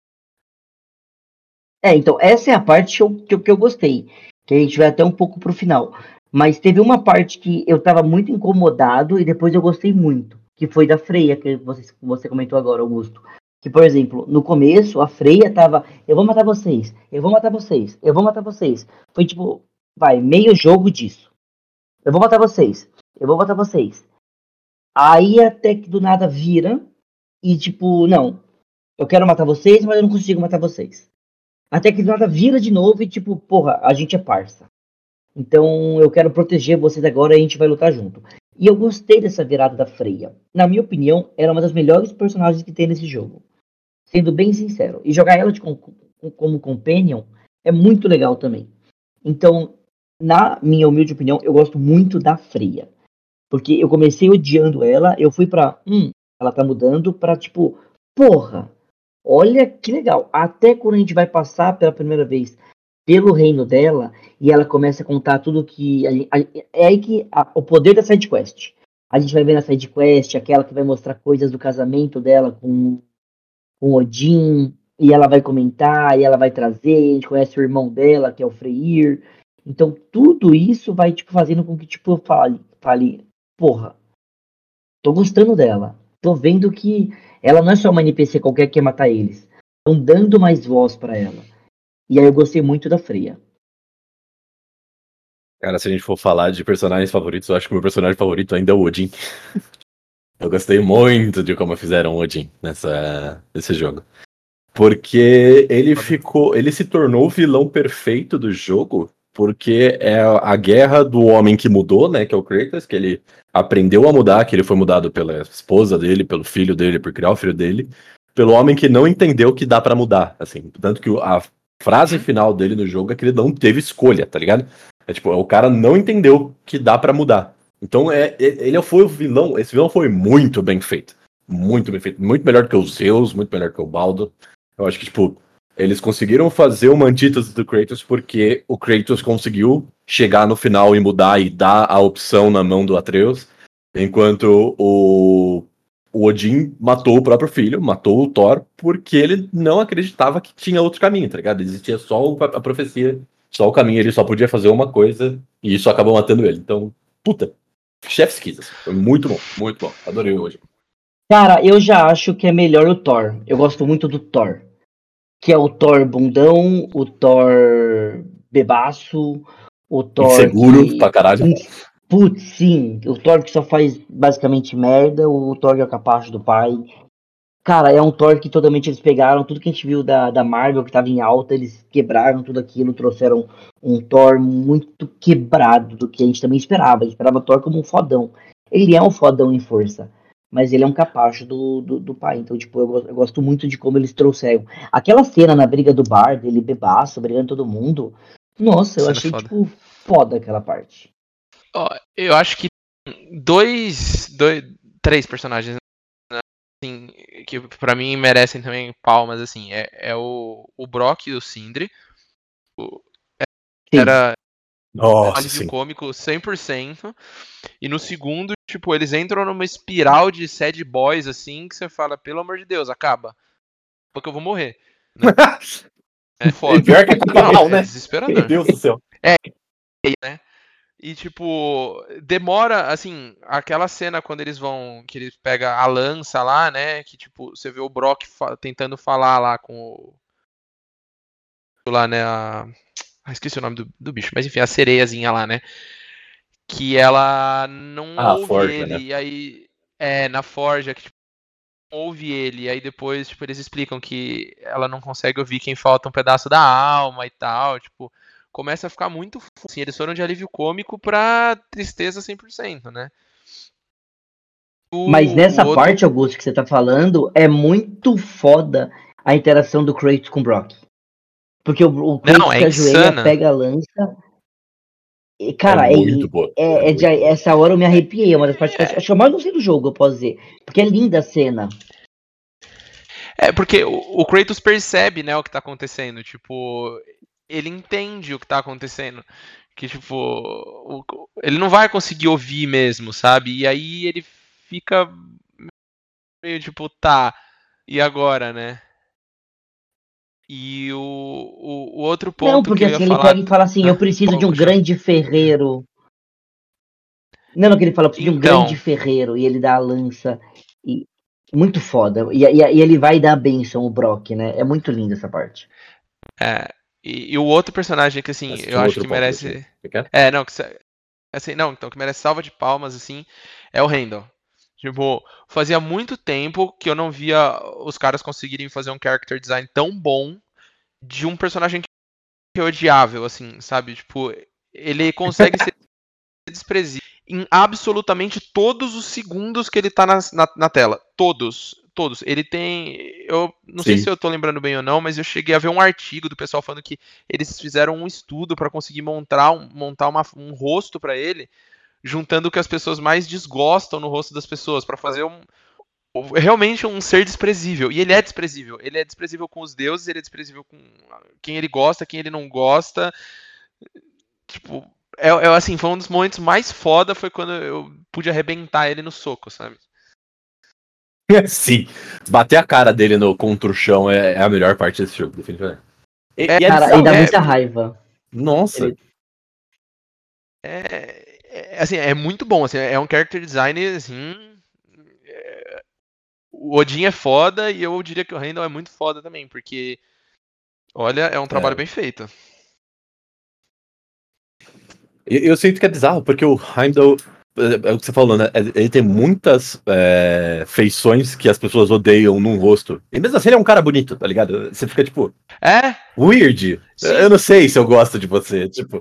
Então, essa é a parte que eu gostei. Que a gente vai até um pouco pro final. Mas teve uma parte que eu tava muito incomodado e depois eu gostei muito. Que foi da Freya, que você comentou agora, Augusto. Que, por exemplo, no começo, a Freya tava, eu vou matar vocês, eu vou matar vocês, eu vou matar vocês. Foi tipo, vai, meio jogo disso. Eu vou matar vocês, eu vou matar vocês. Aí até que do nada vira e tipo, não, eu quero matar vocês, mas eu não consigo matar vocês. Até que do nada vira de novo e tipo, porra, a gente é parça. Então eu quero proteger vocês agora e a gente vai lutar junto. E eu gostei dessa virada da Freya. Na minha opinião, ela é uma das melhores personagens que tem nesse jogo. Sendo bem sincero. E jogar ela como companion é muito legal também. Então, na minha humilde opinião, eu gosto muito da Freya. Porque eu comecei odiando ela, eu fui pra, ela tá mudando pra tipo, porra, olha que legal. Até quando a gente vai passar pela primeira vez pelo reino dela e ela começa a contar tudo que. É aí que o poder da sidequest. A gente vai ver na sidequest aquela que vai mostrar coisas do casamento dela com Odin, e ela vai comentar, e ela vai trazer, a gente conhece o irmão dela, que é o Freyr. Então tudo isso vai tipo fazendo com que tipo eu fale, porra, tô gostando dela. Tô vendo que ela não é só uma NPC qualquer que quer matar eles. Estão dando mais voz pra ela. E aí eu gostei muito da Freya. Cara, se a gente for falar de personagens favoritos, eu acho que o meu personagem favorito ainda é o Odin. Eu gostei muito de como fizeram o Odin nesse jogo. Porque ele se tornou o vilão perfeito do jogo, porque é a guerra do homem que mudou, né, que é o Kratos, que ele aprendeu a mudar, que ele foi mudado pela esposa dele, pelo filho dele, por criar o filho dele, pelo homem que não entendeu que dá pra mudar, assim, tanto que a frase final dele no jogo é que ele não teve escolha, tá ligado? É tipo, o cara não entendeu que dá pra mudar. Então ele foi o vilão, esse vilão foi muito bem feito. Muito bem feito. Muito melhor que o Zeus, muito melhor que o Baldo. Eu acho que, tipo, eles conseguiram fazer uma antítese do Kratos porque o Kratos conseguiu chegar no final e mudar e dar a opção na mão do Atreus, enquanto o Odin matou o próprio filho, matou o Thor, porque ele não acreditava que tinha outro caminho, tá ligado? Existia só a profecia, só o caminho, ele só podia fazer uma coisa e isso acabou matando ele. Então, puta, chef's kiss, assim. Foi muito bom, muito bom. Adorei o Odin. Cara, eu já acho que é melhor o Thor. Eu gosto muito do Thor. Que é o Thor bundão, o Thor bebaço, o Thor Inseguro que. pra caralho. Putz, sim. O Thor que só faz basicamente merda, o Thor que é o capacho do pai. Cara, é um Thor que totalmente eles pegaram tudo que a gente viu da Marvel que tava em alta, eles quebraram tudo aquilo, trouxeram um Thor muito quebrado do que a gente também esperava. A gente esperava o Thor como um fodão. Ele é um fodão em força, mas ele é um capacho do pai. Então, tipo, eu gosto muito de como eles trouxeram. Aquela cena na briga do bar, dele bebaço, brigando todo mundo. Nossa, eu Cena achei, foda. tipo, foda aquela parte. Ó, eu acho que três personagens assim, que pra mim merecem também palmas, assim, é o Brock e o Sindri. Sim. Era Nossa, alívio sim. cômico 100%. E no segundo, tipo, eles entram numa espiral de sad boys, assim, que você fala, pelo amor de Deus, acaba. Porque eu vou morrer. É foda. Pior que acaba Não, mal, é né? desesperador. Meu Deus do céu. Né? E, tipo, demora, assim, aquela cena quando eles vão, que eles pegam a lança lá, né, que, tipo, você vê o Brock tentando falar lá com o... lá, né, esqueci o nome do bicho, mas enfim, a sereiazinha lá, né, que ela não ouve Forja, ele, né? e aí, na forja, que, tipo, não ouve ele, e aí depois, tipo, eles explicam que ela não consegue ouvir quem falta um pedaço da alma e tal, tipo... Começa a ficar muito... Assim, eles foram de alívio cômico pra tristeza 100%, né? Mas O nessa outro... parte, Augusto, que você tá falando, é muito foda a interação do Kratos com o Brock. Porque o Kratos Não, é se ajoelha, insana. pega a lança. E, É cara, muito boa. essa hora eu me arrepiei. É uma das partes que acho que eu mais gostei do jogo, eu posso dizer. Porque é linda a cena. É, porque o Kratos percebe, né, o que tá acontecendo. Tipo, ele entende o que tá acontecendo. Que, tipo, ele não vai conseguir ouvir mesmo, sabe? E aí ele fica meio tipo, tá, e agora, né? E o outro Não, ponto que porque eu ia assim, ele falar. pega e fala assim: eu preciso de um Puxa. grande ferreiro. Não, que ele fala: eu preciso de um grande Então, ferreiro. E ele dá a lança. E, muito foda. E ele vai dar a bênção, o Brock, né? É muito linda essa parte. e o outro personagem que, assim, Mas eu tinha um acho outro que ponto desse. merece. Você quer? Não, assim, não, então, que merece salva de palmas, assim, é o Randall. Tipo, fazia muito tempo que eu não via os caras conseguirem fazer um character design tão bom de um personagem que é odiável, assim, sabe? Tipo, ele consegue ser desprezível em absolutamente todos os segundos que ele tá na tela. Todos. Ele tem... Eu não sei se eu tô lembrando bem ou não, mas eu cheguei a ver um artigo do pessoal falando que eles fizeram um estudo para conseguir montar um rosto para ele, juntando o que as pessoas mais desgostam no rosto das pessoas, para fazer realmente um ser desprezível. E ele é desprezível. Ele é desprezível com os deuses, ele é desprezível com quem ele gosta, quem ele não gosta. Tipo, assim, foi um dos momentos mais foda, foi quando eu pude arrebentar ele no soco, sabe? Sim. Bater a cara dele contra o chão é a melhor parte desse jogo, definitivamente. Cara, ele dá muita raiva. Nossa. Assim, é muito bom, assim, é um character design, assim... O Odin é foda e eu diria que o Randall é muito foda também, porque, olha, é um trabalho bem feito. Eu sinto que é bizarro, porque o Heimdall, é o que você falou, né? Ele tem muitas feições que as pessoas odeiam num rosto. E mesmo assim ele é um cara bonito, tá ligado? Você fica tipo... Weird. Sim. Eu não sei se eu gosto de você, tipo...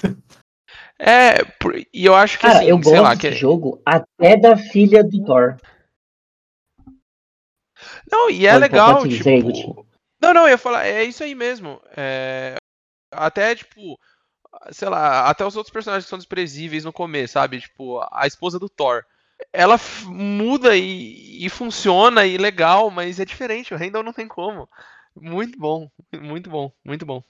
E eu acho que cara, assim, eu gosto desse jogo até da filha do Thor. Não, e é legal, tipo... Não, eu ia falar, é isso aí mesmo. Até, tipo... Sei lá, até os outros personagens que são desprezíveis no começo, sabe? Tipo, a esposa do Thor. Ela muda e funciona e legal, mas é diferente. O Randall não tem como. Muito bom, muito bom, muito bom.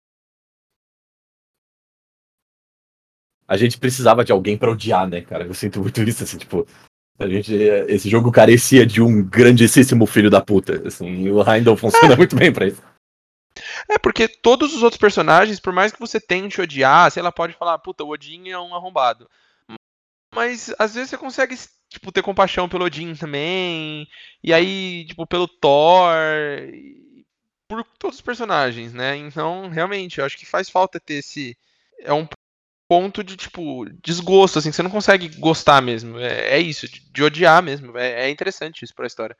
A gente precisava de alguém pra odiar, né, cara? Eu sinto muito isso, assim, tipo... Esse jogo carecia de um grandíssimo filho da puta, assim, e o Heimdall funciona muito bem pra isso. Porque todos os outros personagens, por mais que você tente odiar, sei lá, pode falar, puta, o Odin é um arrombado. Mas às vezes você consegue, tipo, ter compaixão pelo Odin também, e aí, tipo, pelo Thor, por todos os personagens, né? Então, realmente, eu acho que faz falta ter esse... É um ponto de, tipo, desgosto, assim, que você não consegue gostar mesmo. É isso, de odiar mesmo. É interessante isso pra história.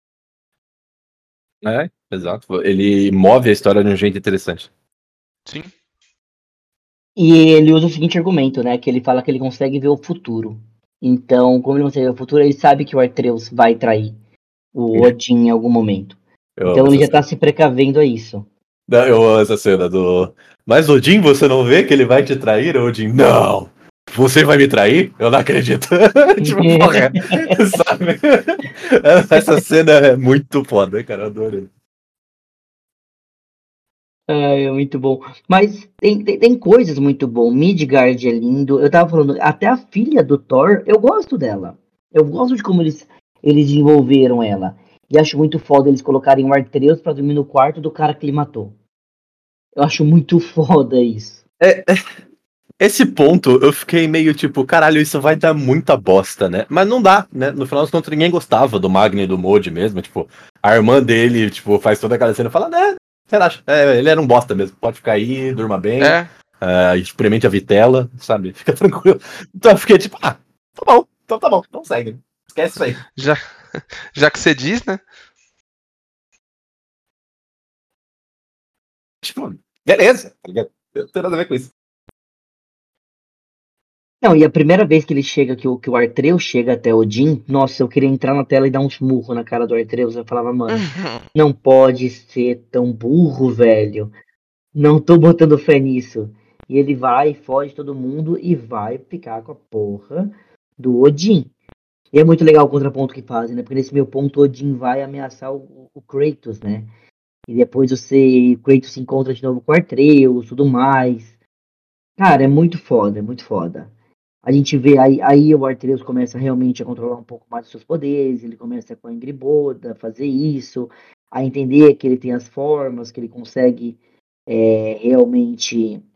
Exato. Ele move a história de um jeito interessante. Sim. E ele usa o seguinte argumento, né? Que ele fala que ele consegue ver o futuro. Então, como ele consegue ver o futuro, ele sabe que o Atreus vai trair o Odin em algum momento. Então ele já tá se precavendo a isso. Eu amo essa cena do... Mas Odin, você não vê que ele vai te trair? Odin, não! Você vai me trair? Eu não acredito. Tipo, porra, sabe? Essa cena é muito foda, cara. Eu adoro. É muito bom. Mas tem coisas muito bom. Midgard é lindo. Eu tava falando, até a filha do Thor, eu gosto dela. Eu gosto de como eles desenvolveram ela. E acho muito foda eles colocarem o Atreus pra dormir no quarto do cara que ele matou. Eu acho muito foda isso. Esse ponto eu fiquei meio tipo, caralho, isso vai dar muita bosta, né? Mas não dá, né? No final das contas, ninguém gostava do Magni e do Modi mesmo. Tipo, a irmã dele, tipo, faz toda aquela cena e fala, né? Relaxa, ele era um bosta mesmo. Pode ficar aí, durma bem. Experimente a vitela, sabe? Fica tranquilo. Então eu fiquei tipo, tá bom, então tá bom, então segue. Esquece isso aí. Já que você diz, né? Tipo, beleza, não tem nada a ver com isso. Não, e a primeira vez que ele chega, que o Atreus chega até Odin, nossa, eu queria entrar na tela e dar um murro na cara do Atreus. Eu falava, mano, não pode ser tão burro, velho. Não tô botando fé nisso. E ele vai, foge todo mundo e vai ficar com a porra do Odin. E é muito legal o contraponto que fazem, né? Porque nesse meu ponto, o Odin vai ameaçar o Kratos, né? E depois o Kratos se encontra de novo com o Atreus, tudo mais. Cara, é muito foda, é muito foda. A gente vê aí o Arthreus começa realmente a controlar um pouco mais os seus poderes, ele começa com a Ingriboda fazer isso, a entender que ele tem as formas, que ele consegue realmente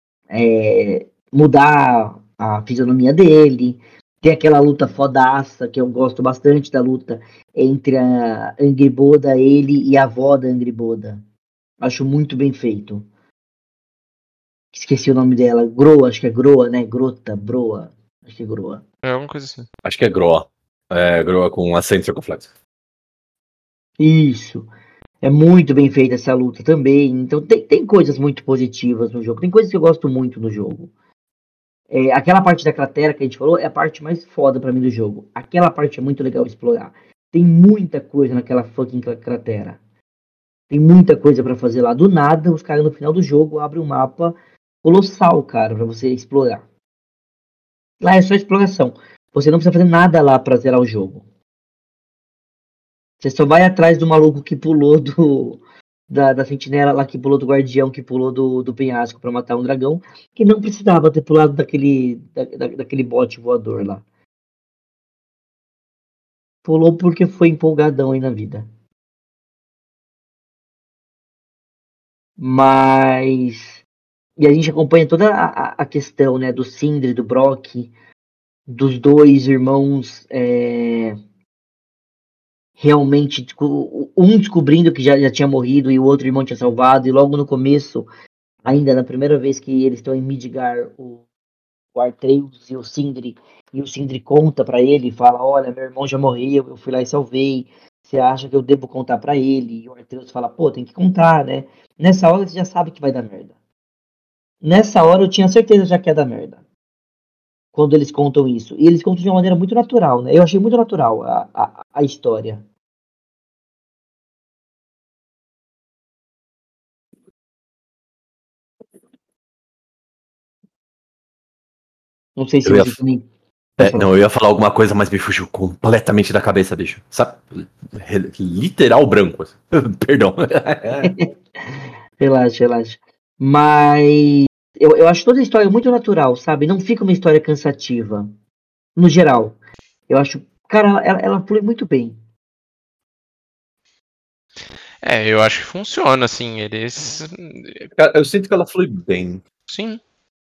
mudar a fisionomia dele. Tem aquela luta fodaça, que eu gosto bastante da luta entre a Angriboda, ele e a avó da Angriboda. Acho muito bem feito. Esqueci o nome dela. Groa, acho que é Groa, né? Grota, Broa. Acho que é Groa. É alguma coisa assim. Acho que é Groa. É, Groa com acento circunflexo. Isso. É muito bem feita essa luta também. Então tem coisas muito positivas no jogo. Tem coisas que eu gosto muito no jogo. Aquela parte da cratera que a gente falou é a parte mais foda pra mim do jogo. Aquela parte é muito legal explorar. Tem muita coisa naquela fucking cratera. Tem muita coisa pra fazer lá. Do nada, os caras no final do jogo abrem um mapa colossal, cara, pra você explorar. Lá é só exploração. Você não precisa fazer nada lá pra zerar o jogo. Você só vai atrás do maluco que pulou da sentinela lá, que pulou do guardião, que pulou do penhasco pra matar um dragão, que não precisava ter pulado daquele bote voador lá. Pulou porque foi empolgadão aí na vida. Mas. E a gente acompanha toda a questão, né, do Sindri, do Brock, dos dois irmãos realmente, um descobrindo que já tinha morrido e o outro irmão tinha salvado, e logo no começo, ainda na primeira vez que eles estão em Midgar, o Atreus e o Sindri conta pra ele, fala, olha, meu irmão já morreu, eu fui lá e salvei, você acha que eu devo contar pra ele? E o Atreus fala, pô, tem que contar, né? Nessa hora você já sabe que vai dar merda. Nessa hora eu tinha certeza já que ia dar merda. Quando eles contam isso. E eles contam de uma maneira muito natural, né? Eu achei muito natural a história. Não sei se Eu ia, você também pode falar. não, eu ia falar alguma coisa, mas me fugiu completamente da cabeça, bicho. Sabe? Literal branco. Assim. Perdão. Relaxa, relaxa. Mas eu acho toda a história muito natural, sabe? Não fica uma história cansativa. No geral. Eu acho. Cara, ela flui muito bem. Eu acho que funciona, assim, eles. Cara, eu sinto que ela flui bem. Sim.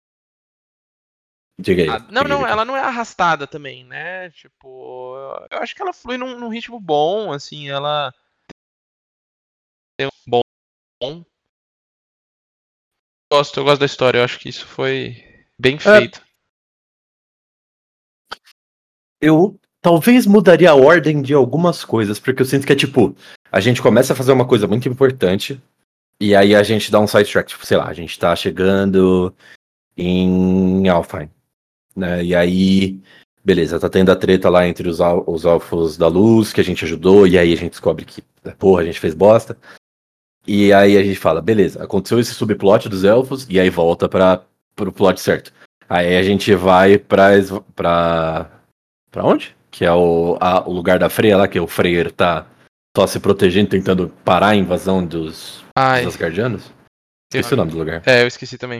Diga aí. Não, ela não é arrastada também, né? Tipo, eu acho que ela flui num ritmo bom, assim, ela tem um bom. Eu gosto da história, eu acho que isso foi bem feito. Eu talvez mudaria a ordem de algumas coisas, porque eu sinto que é tipo, a gente começa a fazer uma coisa muito importante, e aí a gente dá um sidetrack, tipo, sei lá, a gente tá chegando em Alfheim, né? E aí, beleza, tá tendo a treta lá entre os elfos da luz, que a gente ajudou, e aí a gente descobre que, porra, a gente fez bosta. E aí a gente fala, beleza, aconteceu esse subplot dos elfos, e aí volta pro plot certo. Aí a gente vai pra onde? Que é o lugar da Freya lá, que o Freyr tá só se protegendo, tentando parar a invasão dos Asgardianos. Esqueci o nome do lugar. Eu esqueci também.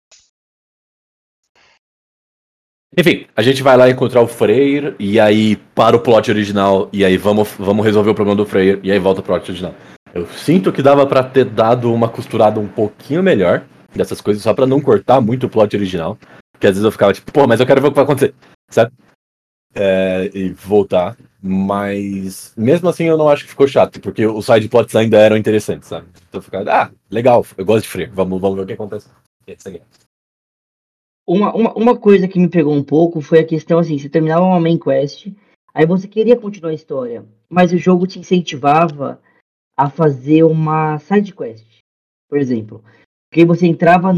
Enfim, a gente vai lá encontrar o Freyr, e aí para o plot original, e aí vamos resolver o problema do Freyr, e aí volta pro plot original. Eu sinto que dava pra ter dado uma costurada um pouquinho melhor dessas coisas, só pra não cortar muito o plot original. Porque às vezes eu ficava tipo, pô, mas eu quero ver o que vai acontecer, sabe? E voltar. Mas mesmo assim eu não acho que ficou chato, porque os side plots ainda eram interessantes, sabe? Então eu ficava, legal, eu gosto de Freyr, vamos ver o que acontece. Uma coisa que me pegou um pouco foi a questão assim, você terminava uma main quest, aí você queria continuar a história, mas o jogo te incentivava a fazer uma side quest, por exemplo. Porque você entrava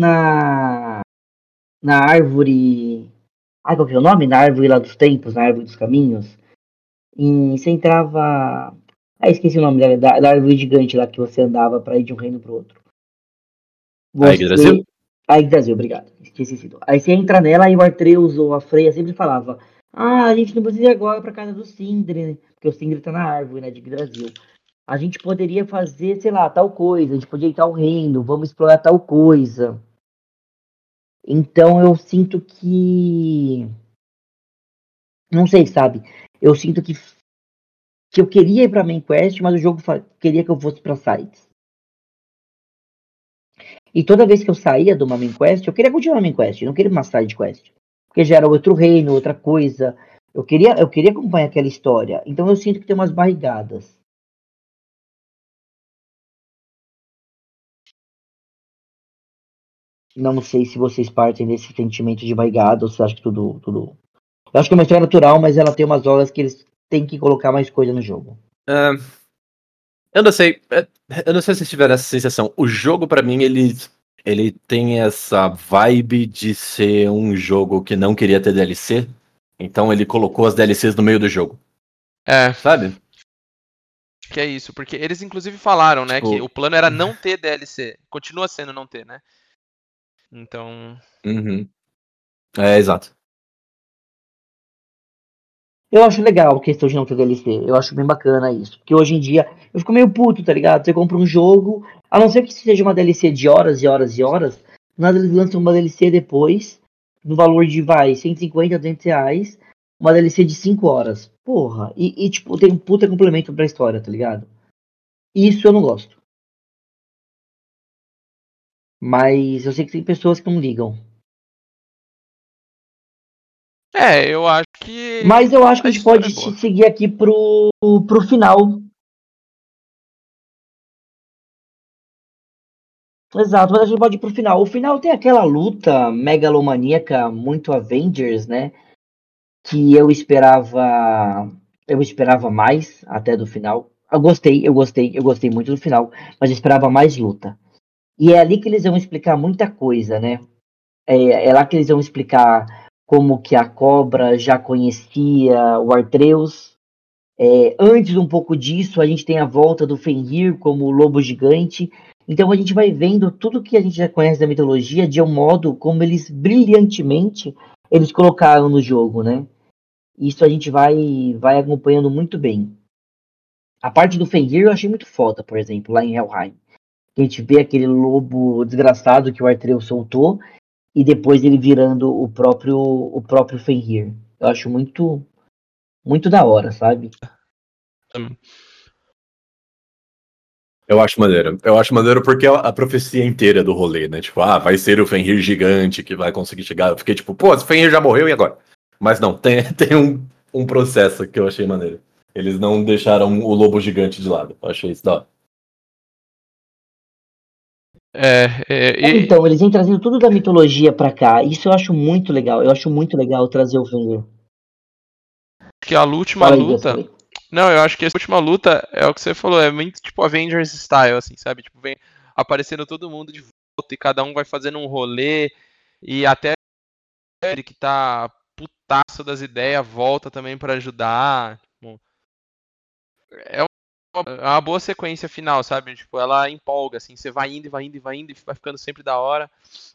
na árvore. Qual que é o nome? Na árvore lá dos tempos, na árvore dos caminhos. E você entrava. Esqueci o nome da árvore gigante lá que você andava pra ir de um reino pro outro. Aí, Brasil? Yggdrasil, obrigado. Esqueci. Aí você entra nela e o Atreus ou a Freya sempre falava: a gente não precisa ir agora pra casa do Sindri, né? Porque o Sindri tá na árvore, né? De Yggdrasil. A gente poderia fazer, sei lá, tal coisa. A gente podia ir tal reino, vamos explorar tal coisa. Então eu sinto que. Não sei, sabe? Eu sinto que eu queria ir pra main quest, mas o jogo queria que eu fosse pra sites. E toda vez que eu saía de uma main quest, eu queria continuar a main quest, não queria uma side quest. Porque já era outro reino, outra coisa. Eu queria acompanhar aquela história. Então eu sinto que tem umas barrigadas. Não sei se vocês partem desse sentimento de barrigada ou se acham que tudo. Eu acho que é uma história natural, mas ela tem umas horas que eles têm que colocar mais coisa no jogo. Eu não sei. Eu não sei se vocês tiveram essa sensação. O jogo, pra mim, ele tem essa vibe de ser um jogo que não queria ter DLC. Então ele colocou as DLCs no meio do jogo. É, Sabe? que é isso, porque eles inclusive falaram, né, Tipo, que o plano era não ter DLC. Continua sendo não ter, né? Então, Uhum. É, exato. Eu acho legal a questão de não ter DLC. Eu acho bem bacana isso. Porque hoje em dia eu fico meio puto, tá ligado? Você compra um jogo, a não ser que seja uma DLC de horas e horas e horas, nada eles lançam uma DLC depois, no valor de, vai, 150, 200 reais, uma DLC de 5 horas. Porra, tipo, tem um puta complemento pra história, tá ligado? Isso eu não gosto. Mas eu sei que tem pessoas que não ligam. eu acho que Mas eu acho que a a gente história é pode boa. seguir aqui pro final. Exato, mas a gente pode ir pro final. O final tem aquela luta megalomaníaca, muito Avengers, né? Que eu esperava mais até do final. Eu gostei muito do final, mas eu esperava mais luta. E é ali que eles vão explicar muita coisa, né? É lá que eles vão explicar como que a Cobra já conhecia o Artreus. Antes um pouco disso, a gente tem a volta do Fenrir como o lobo gigante. Então a gente vai vendo tudo que a gente já conhece da mitologia de um modo como eles brilhantemente eles colocaram no jogo, né? Isso a gente vai acompanhando muito bem. A parte do Fenrir eu achei muito foda, por exemplo, lá em Helheim. A gente vê aquele lobo desgraçado que o Artreus soltou e depois ele virando o próprio Fenrir. Eu acho muito muito da hora, sabe? Eu acho maneiro. Eu acho maneiro porque é a profecia inteira do rolê, né? Tipo, vai ser o Fenrir gigante que vai conseguir chegar. Eu fiquei tipo, pô, esse Fenrir já morreu e agora? Mas não, tem um processo que eu achei maneiro. Eles não deixaram o lobo gigante de lado. Eu achei isso da hora. E Então, eles vêm trazendo tudo da mitologia pra cá. Isso eu acho muito legal. Eu acho muito legal trazer o Fenrir. que a última Fala aí, Gus, luta. falei. Não, eu acho que essa última luta é o que você falou, é muito tipo Avengers style, assim, sabe? Tipo, vem aparecendo todo mundo de volta e cada um vai fazendo um rolê e até ele que tá putaço das ideias volta também pra ajudar. Tipo, é uma boa sequência final, sabe? Tipo, ela empolga, assim, você vai indo e vai indo e vai indo e vai ficando sempre da hora.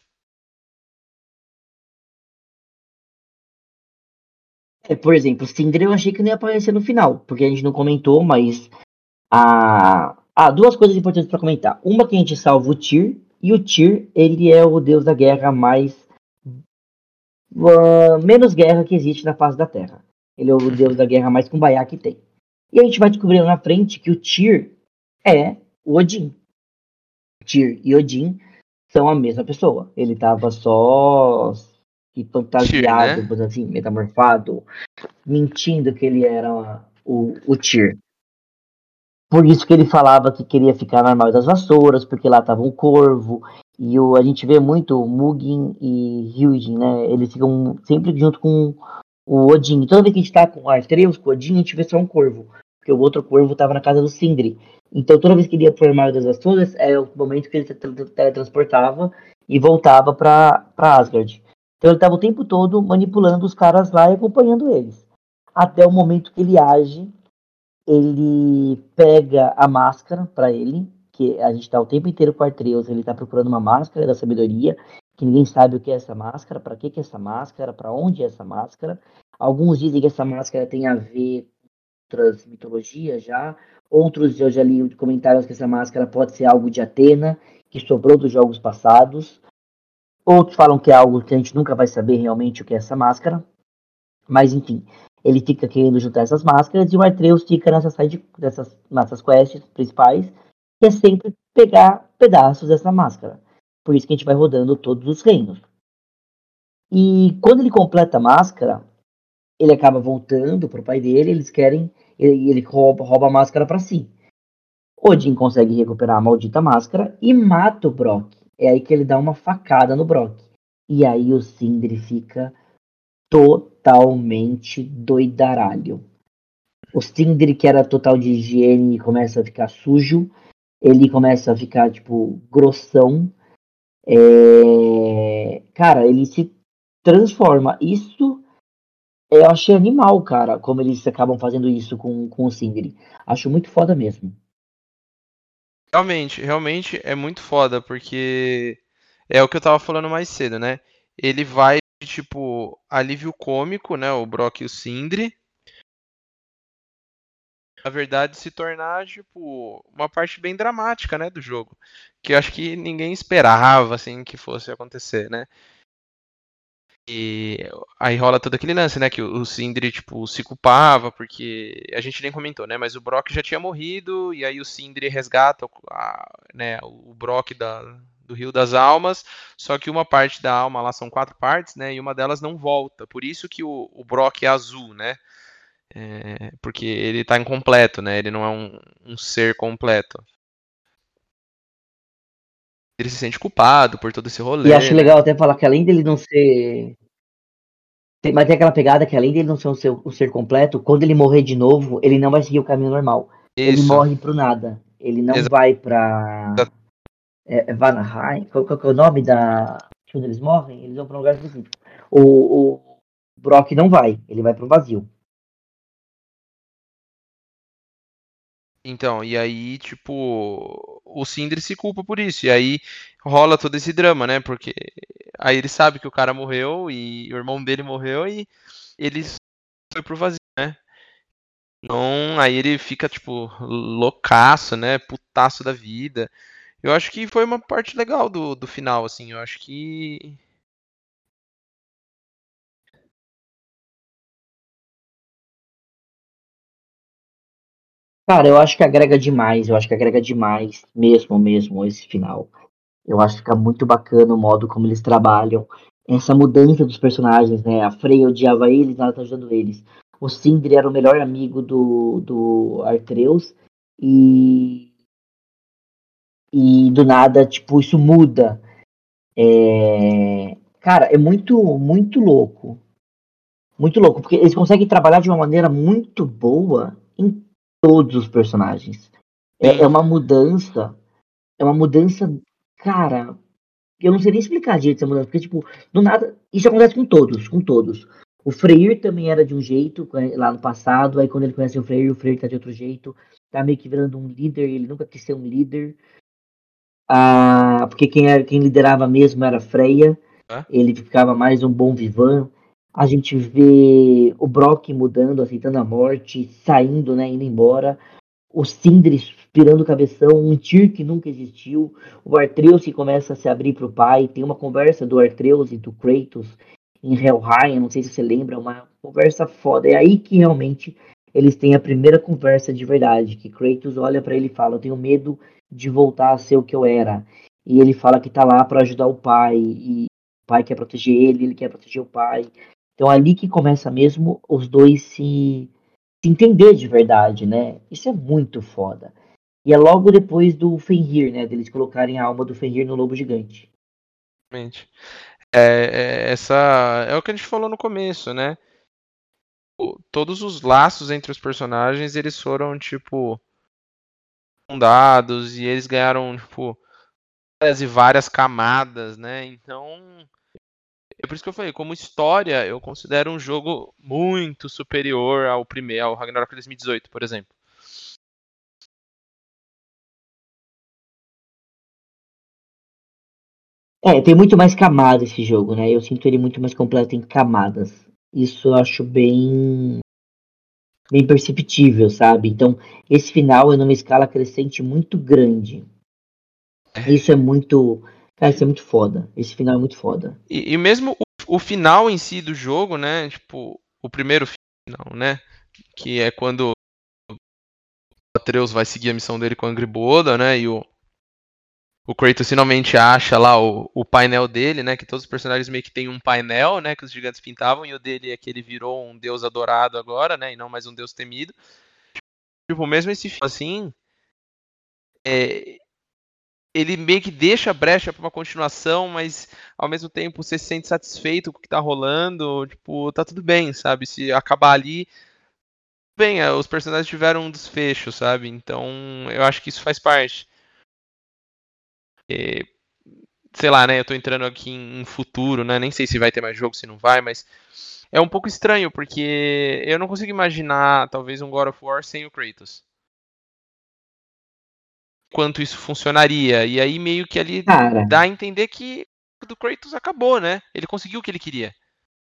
Por exemplo, Sindri eu achei que não ia aparecer no final, porque a gente não comentou, mas duas coisas importantes pra comentar. Uma que a gente salva o Tyr, e o Tyr, ele é o deus da guerra mais menos guerra que existe na face da Terra. Ele é o deus da guerra mais kumbaya que tem. E a gente vai descobrindo na frente que o Tyr é o Odin. Tyr e Odin são a mesma pessoa. Ele tava só Tyr, fantasiado, né? assim, metamorfado, mentindo que ele era o Tyr. Por isso que ele falava que queria ficar na Armário das Vassouras, porque lá tava um corvo. E a gente vê muito o Mugen e Hyujin, né? Eles ficam sempre junto com o Odin. Toda vez que a gente tá com o Artreus, com o Odin, a gente vê só um corvo. Porque o outro corvo tava na casa do Sindri. Então toda vez que ele ia pro Armário das Vassouras, é o momento que ele se teletransportava e voltava pra Asgard. Então ele tava o tempo todo manipulando os caras lá e acompanhando eles. Até o momento que ele age, ele pega a máscara para ele, que a gente tá o tempo inteiro com o Artreus, ele tá procurando uma máscara da sabedoria, que ninguém sabe o que é essa máscara, para que é essa máscara, para onde é essa máscara. Alguns dizem que essa máscara tem a ver com outras mitologias já, outros eu já li comentários que essa máscara pode ser algo de Atena, que sobrou dos jogos passados. Outros falam que é algo que a gente nunca vai saber realmente o que é essa máscara. Mas enfim, ele fica querendo juntar essas máscaras e o Artreus fica nessas quests principais, que é sempre pegar pedaços dessa máscara. Por isso que a gente vai rodando todos os reinos. E quando ele completa a máscara, ele acaba voltando pro pai dele, ele rouba a máscara para si. Odin consegue recuperar a maldita máscara e mata o Brock. É aí que ele dá uma facada no Brock. E aí o Sindri fica totalmente doidaralho. O Sindri, que era total de higiene, começa a ficar sujo. Ele começa a ficar, tipo, grossão. Cara, ele se transforma. Isso eu achei animal, cara, como eles acabam fazendo isso com o Sindri. Acho muito foda mesmo. Realmente é muito foda, porque é o que eu tava falando mais cedo, né? Ele vai, tipo, alívio cômico, né? O Brock e o Sindri. Na verdade, se tornar, tipo, uma parte bem dramática, né, do jogo. Que eu acho que ninguém esperava, assim, que fosse acontecer, né? E aí rola todo aquele lance, né? Que o Sindri, tipo, se culpava, porque a gente nem comentou, né? Mas o Brock já tinha morrido, e aí o Sindri resgata né, o Brock do Rio das Almas, só que uma parte da alma lá são 4 partes, né? E uma delas não volta. Por isso que o Brock é azul, né? Porque ele tá incompleto, né? Ele não é um ser completo. Ele se sente culpado por todo esse E rolê, acho né? legal até falar que além dele não ser. Mas tem aquela pegada que além dele não ser o ser completo, quando ele morrer de novo, ele não vai seguir o caminho normal. Ele Isso. morre pro nada. Ele não vai pra. Vanaheim? Qual que é o nome da. Quando eles morrem? Eles vão pra um lugar específico. O Brock não vai. Ele vai pro vazio. Então, e aí, tipo, o Sindri se culpa por isso. E aí rola todo esse drama, né? Porque aí ele sabe que o cara morreu e o irmão dele morreu e ele foi pro vazio, né? Então, aí ele fica, tipo, loucaço, né? Putaço da vida. Eu acho que foi uma parte legal do final, assim. Eu acho que. Cara, eu acho que agrega demais. Eu acho que agrega demais mesmo esse final. Eu acho que fica muito bacana o modo como eles trabalham. Essa mudança dos personagens, né? A Freya odiava eles, nada tá ajudando eles. O Sindri era o melhor amigo do Artreus. E, e do nada, tipo, isso muda. Cara, é muito louco. Muito louco, porque eles conseguem trabalhar de uma maneira muito boa em todos os personagens. É, Sim, é uma mudança. É uma mudança, cara, eu não sei nem explicar direito essa mudança, porque, tipo, do nada, isso acontece com todos. O Freyr também era de um jeito lá no passado, aí quando ele conhece o Freyr tá de outro jeito, tá meio que virando um líder, ele nunca quis ser um líder, porque quem liderava mesmo era a Freya, tá? ele ficava mais um bom vivan. A gente vê o Brock mudando, aceitando a morte, saindo, né, indo embora o Sindri pirando o cabeção, um Tyr que nunca existiu, o Artreus que começa a se abrir pro pai, tem uma conversa do Artreus e do Kratos em Helheim, não sei se você lembra, uma conversa foda, é aí que realmente eles têm a primeira conversa de verdade, que Kratos olha pra ele e fala, eu tenho medo de voltar a ser o que eu era, e ele fala que tá lá pra ajudar o pai, e o pai quer proteger ele quer proteger o pai, então é ali que começa mesmo os dois se entender de verdade, né? Isso é muito foda. E é logo depois do Fenrir, né? Deles colocarem a alma do Fenrir no lobo gigante. Realmente. Essa é o que a gente falou no começo, né? Todos os laços entre os personagens, eles foram, tipo, fundados e eles ganharam, tipo, várias e várias camadas, né? Então, é por isso que eu falei, como história, eu considero um jogo muito superior ao primeiro, ao Ragnarok 2018, por exemplo. Tem muito mais camadas esse jogo, né? Eu sinto ele muito mais completo em camadas. Isso eu acho bem perceptível, sabe? Então, esse final é numa escala crescente muito grande. Isso é muito. Cara, isso é muito foda. Esse final é muito foda. E mesmo o final em si do jogo, né? Tipo, o primeiro final, né? Que é quando o Atreus vai seguir a missão dele com a Angriboda, né? E o Kratos finalmente acha lá o painel dele, né? Que todos os personagens meio que tem um painel, né? Que os gigantes pintavam, e o dele é que ele virou um deus adorado agora, né? E não mais um deus temido. Tipo, mesmo esse filme assim, é, ele meio que deixa a brecha pra uma continuação, mas ao mesmo tempo você se sente satisfeito com o que tá rolando, tipo, tá tudo bem, sabe? Se acabar ali, bem, os personagens tiveram um desfecho, sabe? Então, eu acho que isso faz parte. Sei lá, né? Eu tô entrando aqui em futuro, né? Nem sei se vai ter mais jogo, se não vai, mas é um pouco estranho, porque eu não consigo imaginar, talvez, um God of War sem o Kratos. Quanto isso funcionaria. E aí meio que ali Cara, dá a entender que o do Kratos acabou, né? Ele conseguiu o que ele queria.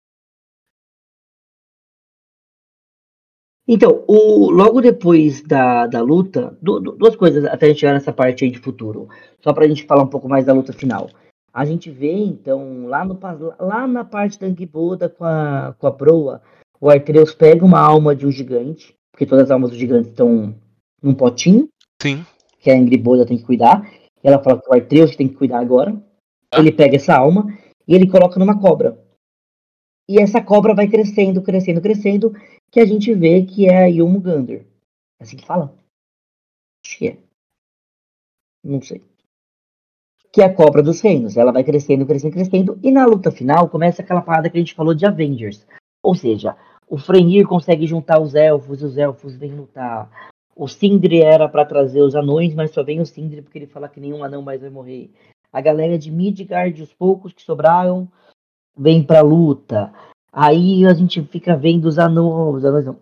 então, logo depois da luta, duas coisas até a gente chegar nessa parte aí de futuro. Só pra gente falar um pouco mais da luta final. A gente vê, então, lá na parte da Angrboda com a proa, o Artreus pega uma alma de um gigante, porque todas as almas dos gigantes estão num potinho, Sim. que a Angrboda tem que cuidar. E ela fala que o Artreus tem que cuidar agora. Ele pega essa alma e ele coloca numa cobra. E essa cobra vai crescendo, crescendo, crescendo, que a gente vê que é a Yomugander. É assim que fala? Acho que é. Não sei. Que é a cobra dos reinos. Ela vai crescendo, crescendo, crescendo. E na luta final começa aquela parada que a gente falou de Avengers. Ou seja, o Fenrir consegue juntar os elfos vêm lutar. O Sindri era para trazer os anões, mas só vem o Sindri porque ele fala que nenhum anão mais vai morrer. A galera de Midgard, os poucos que sobraram, vem pra luta. Aí a gente fica vendo os anões não,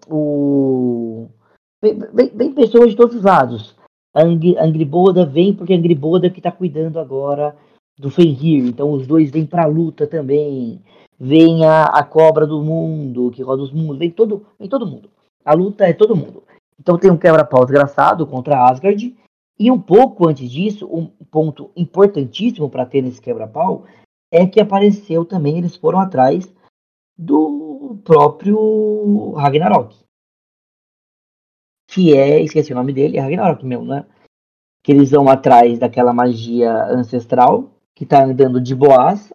vem pessoas de todos os lados. A Angrboda vem porque a Angrboda que tá cuidando agora do Fenrir. Então os dois vêm pra luta também. Vem a cobra do mundo, que roda os mundos. Vem todo mundo. A luta é todo mundo. Então tem um quebra-pau desgraçado contra Asgard. E um pouco antes disso, um ponto importantíssimo para ter nesse quebra-pau é que apareceu também, eles foram atrás do próprio Ragnarok. Que é, esqueci o nome dele, é Ragnarok mesmo, né? Que eles vão atrás daquela magia ancestral que tá andando de boas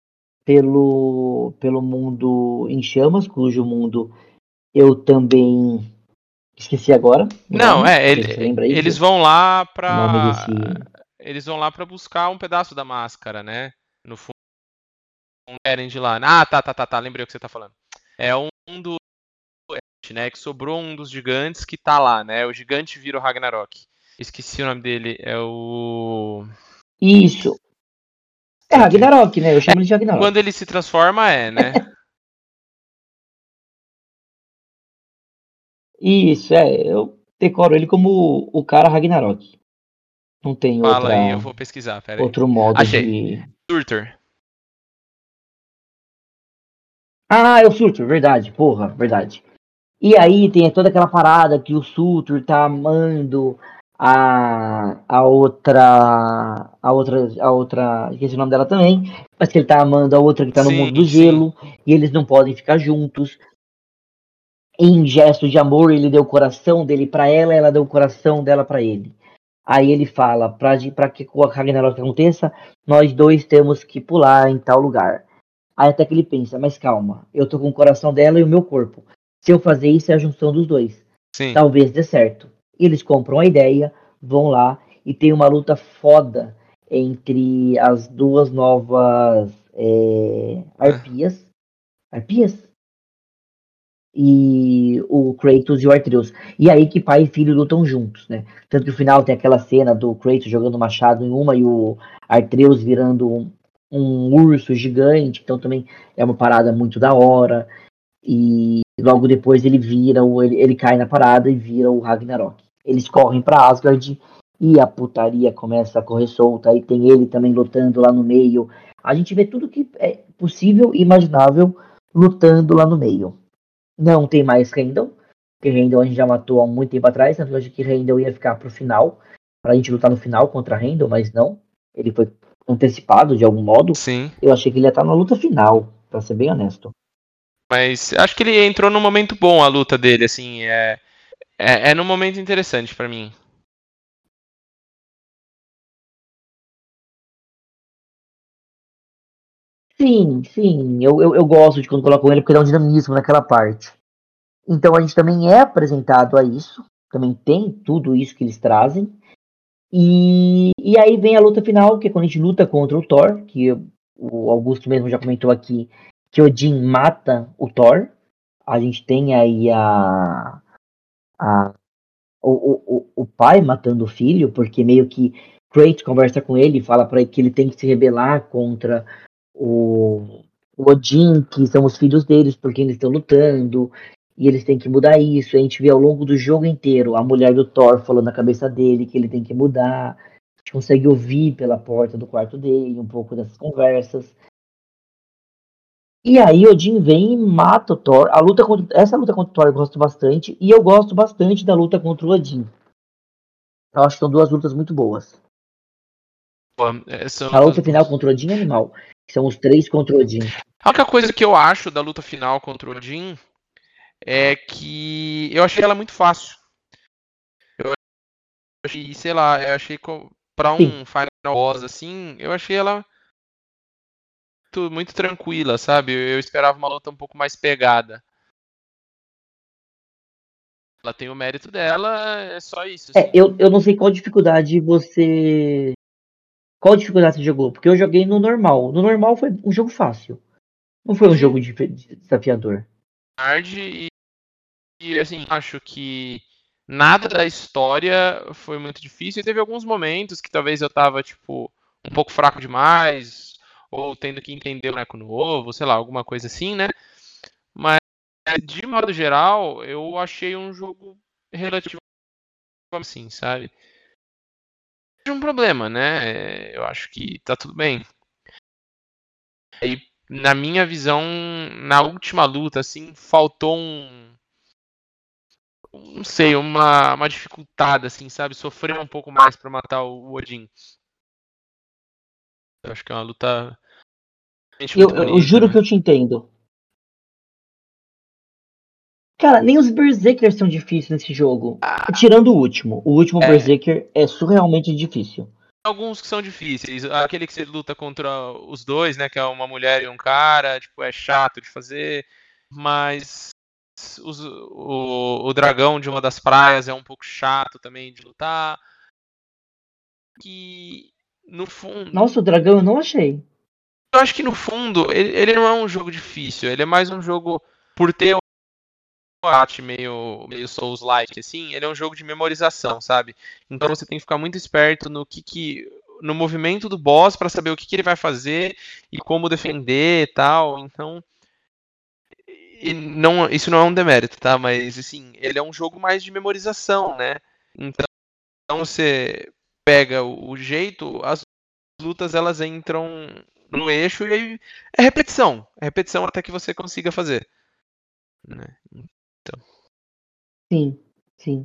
pelo mundo em chamas, cujo mundo eu também esqueci agora o Não, nome. Não sei se você lembra aí, eles Gil, vão lá o nome pra. desse. Eles vão lá pra buscar um pedaço da máscara, né? No fundo, querem de lá. Ah, tá. Lembrei o que você tá falando. É um dos, né? Que sobrou um dos gigantes que tá lá, né? O gigante vira o Ragnarok. Esqueci o nome dele. É o. Isso. É Ragnarok, né? Eu chamo ele de Ragnarok. Quando ele se transforma, né? Isso, eu decoro ele como o cara Ragnarok. Não tem Fala aí, eu vou pesquisar, pera aí. outro modo Achei. de. Surtur. Ah, é o Surtur, verdade, porra, verdade. E aí tem toda aquela parada que o Surtur tá amando a outra, esqueci o nome dela também, mas que ele tá amando a outra que tá no Sim, mundo do sim. gelo, e eles não podem ficar juntos. Em gesto de amor, ele deu o coração dele pra ela deu o coração dela pra ele. Aí ele fala, pra que o Ragnarok aconteça, nós dois temos que pular em tal lugar. Aí até que ele pensa, mas calma, eu tô com o coração dela e o meu corpo. Se eu fazer isso é a junção dos dois. Sim. Talvez dê certo. Eles compram a ideia, vão lá e tem uma luta foda entre as duas novas arpias. Arpias? E o Kratos e o Atreus. E aí que pai e filho lutam juntos, né? Tanto que no final tem aquela cena do Kratos jogando machado em uma e o Atreus virando um urso gigante, então também é uma parada muito da hora. E logo depois ele cai na parada e vira o Ragnarok. Eles correm para Asgard e a putaria começa a correr solta. Aí tem ele também lutando lá no meio. A gente vê tudo que é possível e imaginável lutando lá no meio. Não tem mais Rendel, porque Rendel a gente já matou há muito tempo atrás, tanto que eu achei que Rendel ia ficar pro final, pra gente lutar no final contra Rendel, mas não. Ele foi antecipado de algum modo. Sim. Eu achei que ele ia estar na luta final, pra ser bem honesto. Mas acho que ele entrou num momento bom a luta dele, assim. É num momento interessante pra mim. Sim, eu gosto de quando colocam ele porque dá um dinamismo naquela parte. Então a gente também é apresentado a isso, também tem tudo isso que eles trazem. E aí vem a luta final, que é quando a gente luta contra o Thor, que o Augusto mesmo já comentou aqui, que Odin mata o Thor. A gente tem aí o pai matando o filho, porque meio que Kratos conversa com ele e fala pra ele que ele tem que se rebelar contra o Odin, que são os filhos deles, porque eles estão lutando, e eles têm que mudar isso. A gente vê ao longo do jogo inteiro a mulher do Thor falando na cabeça dele que ele tem que mudar. A gente consegue ouvir pela porta do quarto dele um pouco dessas conversas. E aí Odin vem e mata o Thor. Essa luta contra o Thor eu gosto bastante. E eu gosto bastante da luta contra o Odin. Eu acho que são duas lutas muito boas. Pô, A luta final contra o Odin é animal. Que são os 3 contra o Odin. A única coisa que eu acho da luta final contra o Odin é que eu achei ela muito fácil. Eu achei, sei lá, pra um final boss assim, eu achei ela muito tranquila, sabe? Eu esperava uma luta um pouco mais pegada. Ela tem o mérito dela, é só isso. Assim. Eu não sei qual dificuldade você. Qual dificuldade você jogou? Porque eu joguei no normal. No normal foi um jogo fácil. Não foi um jogo desafiador. E assim, acho que nada da história foi muito difícil. E teve alguns momentos que talvez eu tava, tipo, um pouco fraco demais, ou tendo que entender o boneco novo, sei lá, alguma coisa assim, né? Mas, de modo geral, eu achei um jogo relativamente assim, sabe? Um problema, né? Eu acho que tá tudo bem. Aí, na minha visão, na última luta, assim, faltou não sei, uma dificuldade, assim, sabe? Sofrer um pouco mais pra matar o Odin. Eu acho que é uma luta muito bonita. Eu juro que eu te entendo. Cara, nem os Berserkers são difíceis nesse jogo. Tirando o último. O último Berserker é surrealmente difícil. Alguns que são difíceis. Aquele que você luta contra os dois, né? Que é uma mulher e um cara, tipo, é chato de fazer. Mas o dragão de uma das praias é um pouco chato também de lutar. Que no fundo. Nossa, o dragão eu não achei. Eu acho que no fundo ele não é um jogo difícil. Ele é mais um jogo por ter arte meio Souls-like, assim, ele é um jogo de memorização, sabe? Então você tem que ficar muito esperto no movimento do boss para saber o que ele vai fazer e como defender e tal. Então, isso não é um demérito, tá? Mas assim, ele é um jogo mais de memorização, né? Então você pega o jeito, as lutas elas entram no eixo e aí é repetição até que você consiga fazer, né? Sim.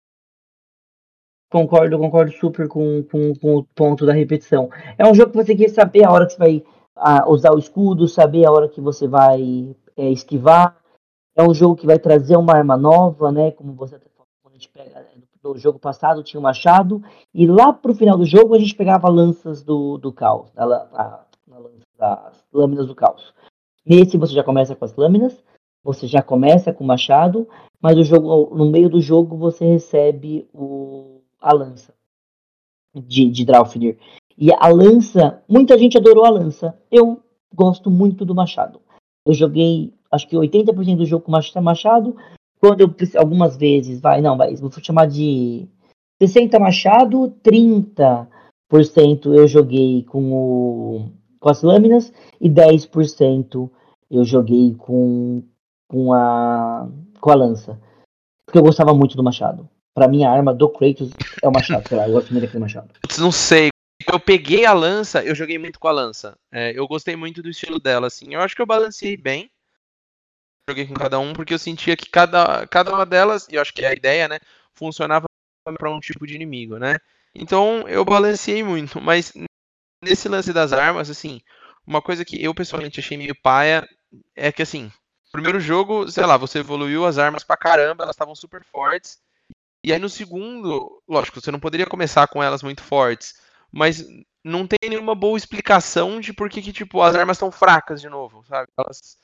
Concordo super com o ponto da repetição. É um jogo que você quer saber a hora que você vai usar o escudo, saber a hora que você vai esquivar. É um jogo que vai trazer uma arma nova, né? Como você até falou, quando a gente pega no jogo passado tinha um machado, e lá pro final do jogo a gente pegava lanças do caos, as lâminas do caos. Nesse você já começa com as lâminas, você já começa com o machado, mas no meio do jogo você recebe a lança de Draupnir. E a lança, muita gente adorou a lança. Eu gosto muito do machado. Eu joguei, acho que 80% do jogo com machado. Quando eu algumas vezes, vou chamar de 60 machado, 30% eu joguei com as lâminas e 10% eu joguei com a lança. Porque eu gostava muito do machado. Pra mim, a arma do Kratos é o machado. Sei lá, eu gosto muito daquele machado. Não sei. Eu peguei a lança, eu joguei muito com a lança. Eu gostei muito do estilo dela, assim. Eu acho que eu balanceei bem. Joguei com cada um, porque eu sentia que cada uma delas, e eu acho que é a ideia, né? Funcionava para um tipo de inimigo, né? Então eu balanceei muito. Mas nesse lance das armas, assim, uma coisa que eu pessoalmente achei meio paia é que, assim, primeiro jogo, sei lá, você evoluiu as armas pra caramba, elas estavam super fortes. E aí no segundo, lógico, você não poderia começar com elas muito fortes, mas não tem nenhuma boa explicação de por que tipo, as armas estão fracas de novo, sabe? Elas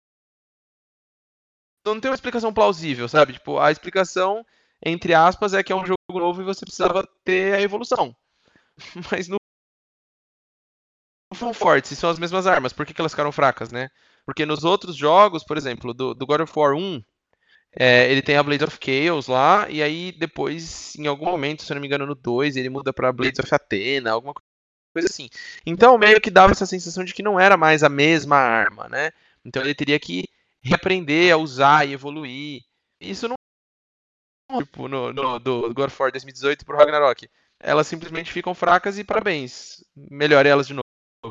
não tem uma explicação plausível, sabe? Tipo, a explicação, entre aspas, é que é um jogo novo e você precisava ter a evolução. Mas não são fortes, e são as mesmas armas. Por que elas ficaram fracas, né? Porque nos outros jogos, por exemplo, do God of War 1, Ele tem a Blades of Chaos lá, e aí depois, em algum momento, se eu não me engano, no 2, ele muda pra Blades of Athena, alguma coisa assim. Então, meio que dava essa sensação de que não era mais a mesma arma, né? Então ele teria que reaprender a usar e evoluir. Isso não tipo do God of War 2018 pro Ragnarok. Elas simplesmente ficam fracas e parabéns. Melhore elas de novo.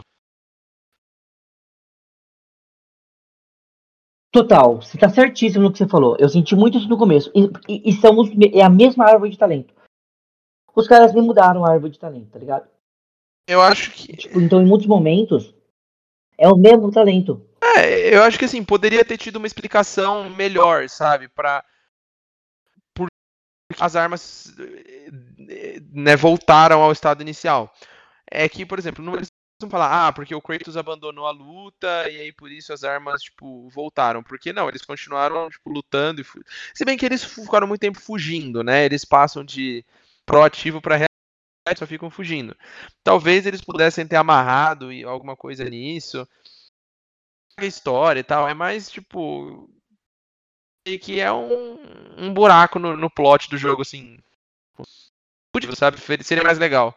Total, você tá certíssimo no que você falou. Eu senti muito isso no começo. É a mesma árvore de talento. Os caras nem mudaram a árvore de talento, tá ligado? Eu acho que. Tipo, então em muitos momentos é o mesmo talento. Eu acho que assim, poderia ter tido uma explicação melhor, sabe? Por que as armas né, voltaram ao estado inicial. É que, por exemplo, não eles vão falar, porque o Kratos abandonou a luta e aí por isso as armas, tipo, voltaram. Porque não, eles continuaram, tipo, lutando e se bem que eles ficaram muito tempo fugindo, né? Eles passam de proativo pra reativo, só ficam fugindo. Talvez eles pudessem ter amarrado alguma coisa nisso. A história e tal, é mais, tipo, que é um buraco no plot do jogo, assim. Sabe? Seria mais legal.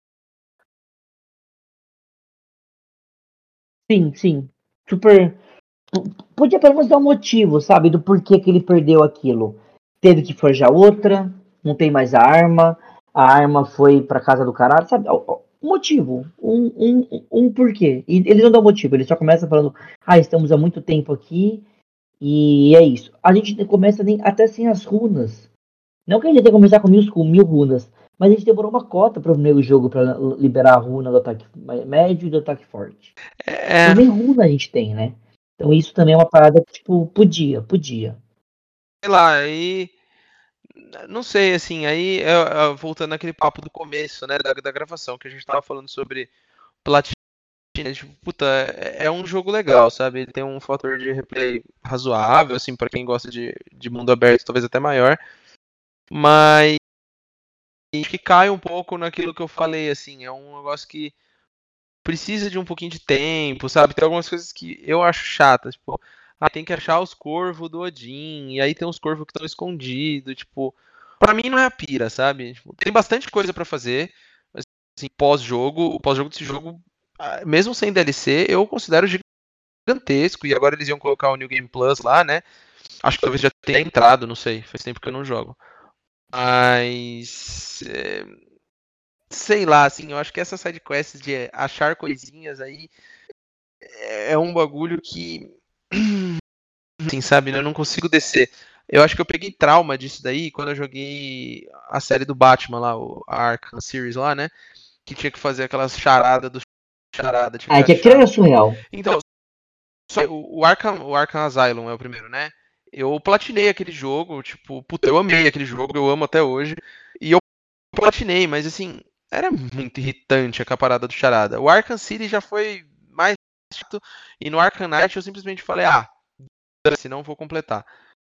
Sim. Super. Podia pelo menos dar um motivo, sabe? Do porquê que ele perdeu aquilo. Teve que forjar outra, não tem mais a arma foi pra casa do caralho, sabe? Um motivo, um porquê. E ele não dá um motivo, ele só começa falando, estamos há muito tempo aqui e é isso. A gente começa até sem as runas. Não que a gente tenha que começar com mil runas, mas a gente demorou uma cota para o primeiro jogo para liberar a runa do ataque médio e do ataque forte. Então nem runa a gente tem, né? Então isso também é uma parada que, tipo, podia. Sei lá, aí. Não sei, assim, aí voltando naquele papo do começo, né, da gravação, que a gente tava falando sobre platina, tipo, puta, é um jogo legal, sabe? Ele tem um fator de replay razoável, assim, pra quem gosta de mundo aberto, talvez até maior, mas acho que cai um pouco naquilo que eu falei, assim, é um negócio que precisa de um pouquinho de tempo, sabe? Tem algumas coisas que eu acho chatas, tipo, tem que achar os corvos do Odin, e aí tem uns corvos que estão escondidos, tipo, pra mim não é a pira, sabe? Tipo, tem bastante coisa pra fazer, mas, assim, o pós-jogo desse jogo, mesmo sem DLC, eu considero gigantesco, e agora eles iam colocar o New Game Plus lá, né? Acho que talvez já tenha entrado, não sei, faz tempo que eu não jogo. Mas sei lá, assim, eu acho que essa sidequest de achar coisinhas aí é um bagulho que, assim, sabe, eu não consigo descer. Eu acho que eu peguei trauma disso daí quando eu joguei a série do Batman lá, a Arkham Series lá, né? Que tinha que fazer aquelas charadas do charada. Tinha Que aquilo era surreal. Então, o Arkham Asylum é o primeiro, né? Eu platinei aquele jogo, tipo, puta, eu amei aquele jogo, eu amo até hoje. E eu platinei, mas assim, era muito irritante a parada do charada. O Arkham City já foi mais chato, e no Arkham Knight eu simplesmente falei, se não vou completar.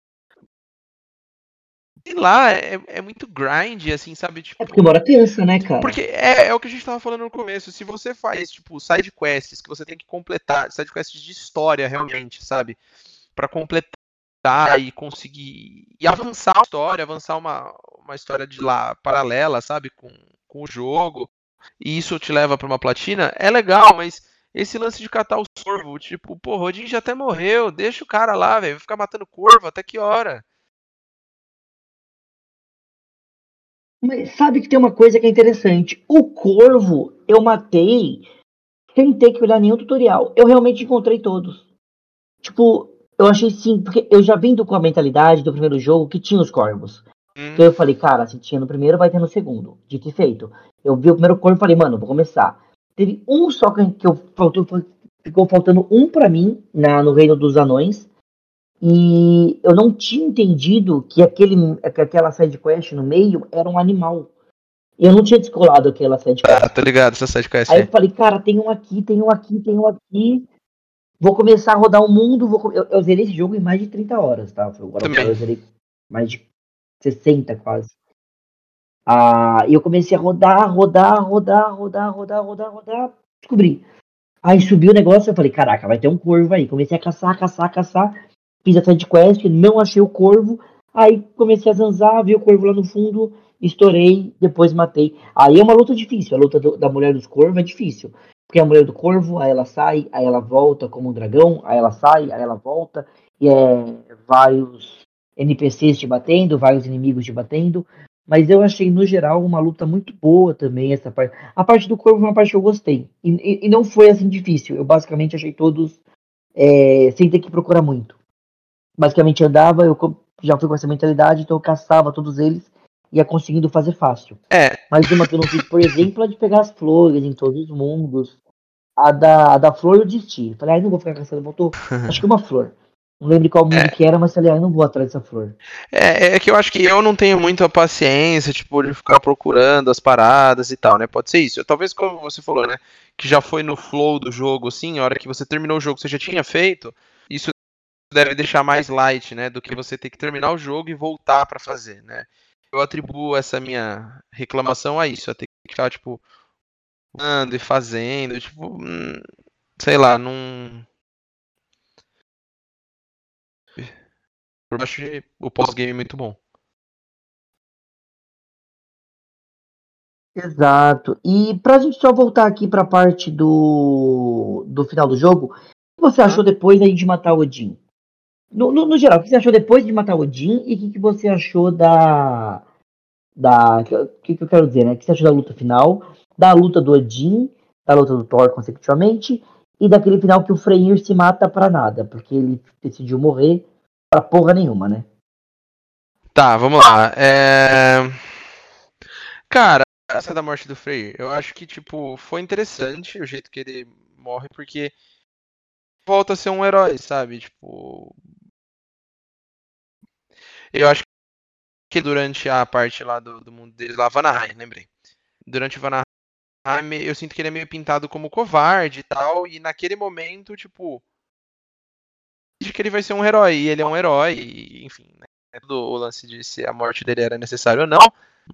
E lá é muito grind, assim, sabe? Tipo, porque bora cansa, né, cara? Porque é o que a gente tava falando no começo. Se você faz, tipo, side quests que você tem que completar, side quests de história realmente, sabe? Pra completar e conseguir e avançar a história, avançar uma história de lá paralela, sabe? Com o jogo. E isso te leva pra uma platina, é legal, mas esse lance de catar o corvo, tipo, pô, o Rodin já até morreu, deixa o cara lá, velho, vai ficar matando corvo até que hora? Mas sabe que tem uma coisa que é interessante. O corvo eu matei sem ter que olhar nenhum tutorial. Eu realmente encontrei todos. Tipo, eu achei sim, porque eu já vim com a mentalidade do primeiro jogo que tinha os corvos. Então eu falei, cara, se tinha no primeiro, vai ter no segundo. Dito e feito. Eu vi o primeiro corvo e falei, mano, vou começar. Teve um só que ficou faltando um pra mim no Reino dos Anões. E eu não tinha entendido que aquela sidequest no meio era um animal. Eu não tinha descolado aquela sidequest. Tô ligado, essa sidequest Aí eu falei, cara, tem um aqui, tem um aqui, tem um aqui. Vou começar a rodar o mundo. Eu zerei esse jogo em mais de 30 horas, tá? Eu zerei mais de 60 quase. E eu comecei a rodar. Descobri. Aí subiu o negócio, eu falei, caraca, vai ter um corvo aí. Comecei a caçar. fiz a side quest, não achei o corvo, aí comecei a zanzar, vi o corvo lá no fundo, estourei, depois matei. Aí é uma luta difícil, a luta da mulher dos corvos é difícil. Porque a mulher do corvo, aí ela sai, aí ela volta como um dragão, aí ela sai, aí ela volta, e é vários NPCs te batendo, vários inimigos te batendo. Mas eu achei, no geral, uma luta muito boa também, essa parte. A parte do corvo é uma parte que eu gostei. E não foi assim difícil. Eu basicamente achei todos sem ter que procurar muito. Basicamente andava, eu já fui com essa mentalidade, então eu caçava todos eles e ia conseguindo fazer fácil. É, Mas uma que eu não fiz, por exemplo, é de pegar as flores em todos os mundos. A da flor eu desisti. Falei, não vou ficar caçando, voltou. Acho que uma flor. Não lembro qual mundo é, que era, mas falei, não vou atrás dessa flor. é que eu acho que eu não tenho muita paciência, tipo, de ficar procurando as paradas e tal, né? Pode ser isso. Talvez, como você falou, né? Que já foi no flow do jogo, assim, a hora que você terminou o jogo, você já tinha feito, isso deve deixar mais light, né? Do que você ter que terminar o jogo e voltar pra fazer, né? Eu atribuo essa minha reclamação a isso, a ter que ficar, tipo, andando e fazendo, tipo, sei lá, não. Eu acho o pós-game muito bom. Exato. E pra gente só voltar aqui pra parte do final do jogo, o que você achou Hã? depois da gente matar o Odin? No geral, o que você achou depois de matar o Odin e o que você achou que eu quero dizer, né? O que você achou da luta final, da luta do Odin, da luta do Thor consecutivamente e daquele final que o Freyr se mata pra nada, porque ele decidiu morrer pra porra nenhuma, né? Tá, vamos lá. Cara, essa da morte do Frey, eu acho que, tipo, foi interessante o jeito que ele morre, porque volta a ser um herói, sabe? Tipo, eu acho que durante a parte lá do mundo deles, lá, Vanaheim, lembrei. Durante o Vanaheim, eu sinto que ele é meio pintado como covarde e tal, e naquele momento, tipo, de que ele vai ser um herói, e ele é um herói, e, enfim, né? O lance de se a morte dele era necessária ou não,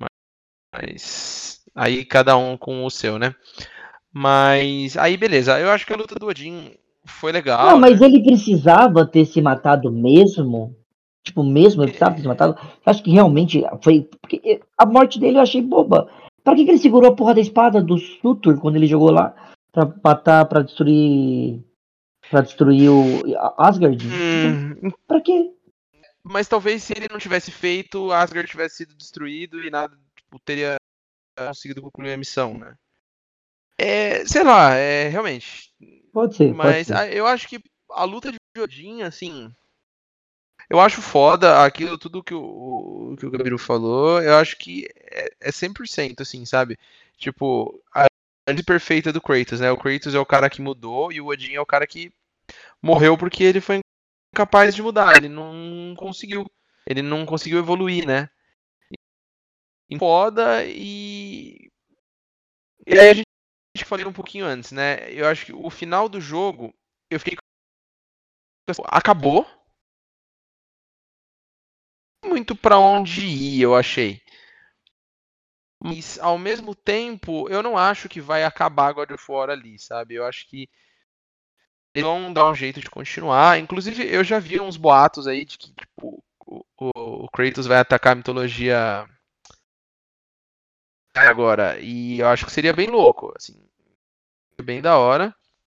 mas aí cada um com o seu, né? Mas aí beleza, eu acho que a luta do Odin foi Não, legal, mas né? ele precisava ter se matado mesmo? Tipo, mesmo ele precisava ter se matado? Eu acho que realmente foi. Porque a morte dele eu achei boba. Pra que ele segurou a porra da espada do Surtur quando ele jogou lá pra matar, pra destruir. Pra destruir o Asgard? Tipo, Hum, pra quê? mas talvez se ele não tivesse feito, Asgard tivesse sido destruído e nada, tipo, teria conseguido concluir a missão, né? Sei lá, realmente. Pode ser, pode Mas ser. eu acho que a luta de Odin, assim, eu acho foda aquilo tudo que o Gabiru falou. Eu acho que é 100%, assim, sabe? Tipo, a análise perfeita do Kratos, né? O Kratos é o cara que mudou e o Odin é o cara que morreu porque ele foi incapaz de mudar. Ele não conseguiu. Ele não conseguiu evoluir, né? Foda e. E aí a gente falei um pouquinho antes, né? Eu acho que o final do jogo, eu fiquei. Acabou. Muito pra onde ir, eu achei. Mas, ao mesmo tempo, eu não acho que vai acabar God of War ali, sabe? Eu acho que eles vão dar um jeito de continuar. Inclusive, eu já vi uns boatos aí de que tipo, o Kratos vai atacar a mitologia agora. E eu acho que seria bem louco, assim. Bem da hora.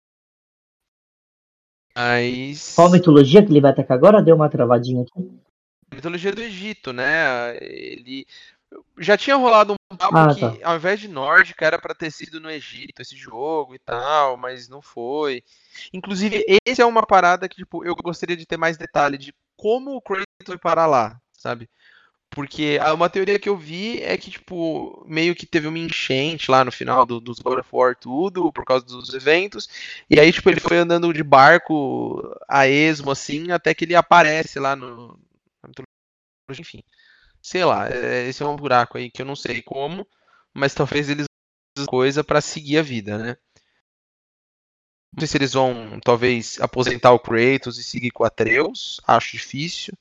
Qual Mas. mitologia que ele vai atacar agora? Deu uma travadinha aqui. Mitologia do Egito, né? Ele. Já tinha rolado um papo Ah, tá. que, ao invés de nórdica, era pra ter sido no Egito esse jogo e tal, mas não foi. Inclusive, esse é uma parada que, tipo, eu gostaria de ter mais detalhe de como o Kratos foi parar lá, sabe? Porque uma teoria que eu vi é que, tipo, meio que teve uma enchente lá no final dos God of War tudo, por causa dos eventos. E aí, tipo, ele foi andando de barco a esmo, assim, até que ele aparece lá na mitologia, enfim. Sei lá, esse é um buraco aí que eu não sei como, mas talvez eles usem coisa pra seguir a vida, né? Não sei se eles vão, talvez, aposentar o Kratos e seguir com o Atreus, acho difícil.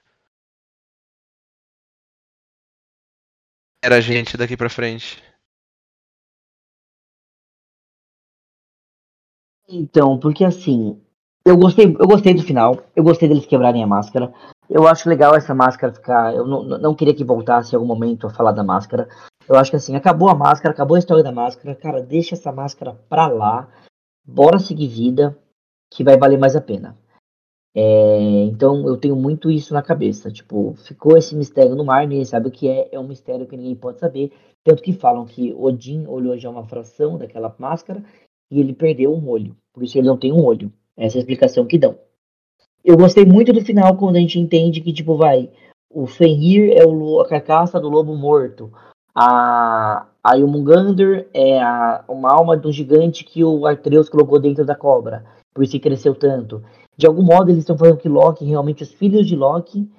Era a gente daqui pra frente. Então, porque assim, Eu gostei do final. Eu gostei deles quebrarem a máscara. Eu acho legal essa máscara ficar. Eu não queria que voltasse em algum momento a falar da máscara. Eu acho que assim, acabou a máscara, acabou a história da máscara. Cara, deixa essa máscara pra lá. Bora seguir vida, que vai valer mais a pena. Então eu tenho muito isso na cabeça. Tipo, ficou esse mistério no mar, ninguém sabe o que é. É um mistério que ninguém pode saber. Tanto que falam que Odin olhou já uma fração daquela máscara e ele perdeu um olho. Por isso ele não tem um olho. Essa é a explicação que dão. Eu gostei muito do final quando a gente entende que, tipo, o Fenrir é a carcaça do lobo morto. A Jormungandr é uma alma do gigante que o Atreus colocou dentro da cobra. Por isso que cresceu tanto. De algum modo, eles estão falando que Loki, realmente os filhos de Loki,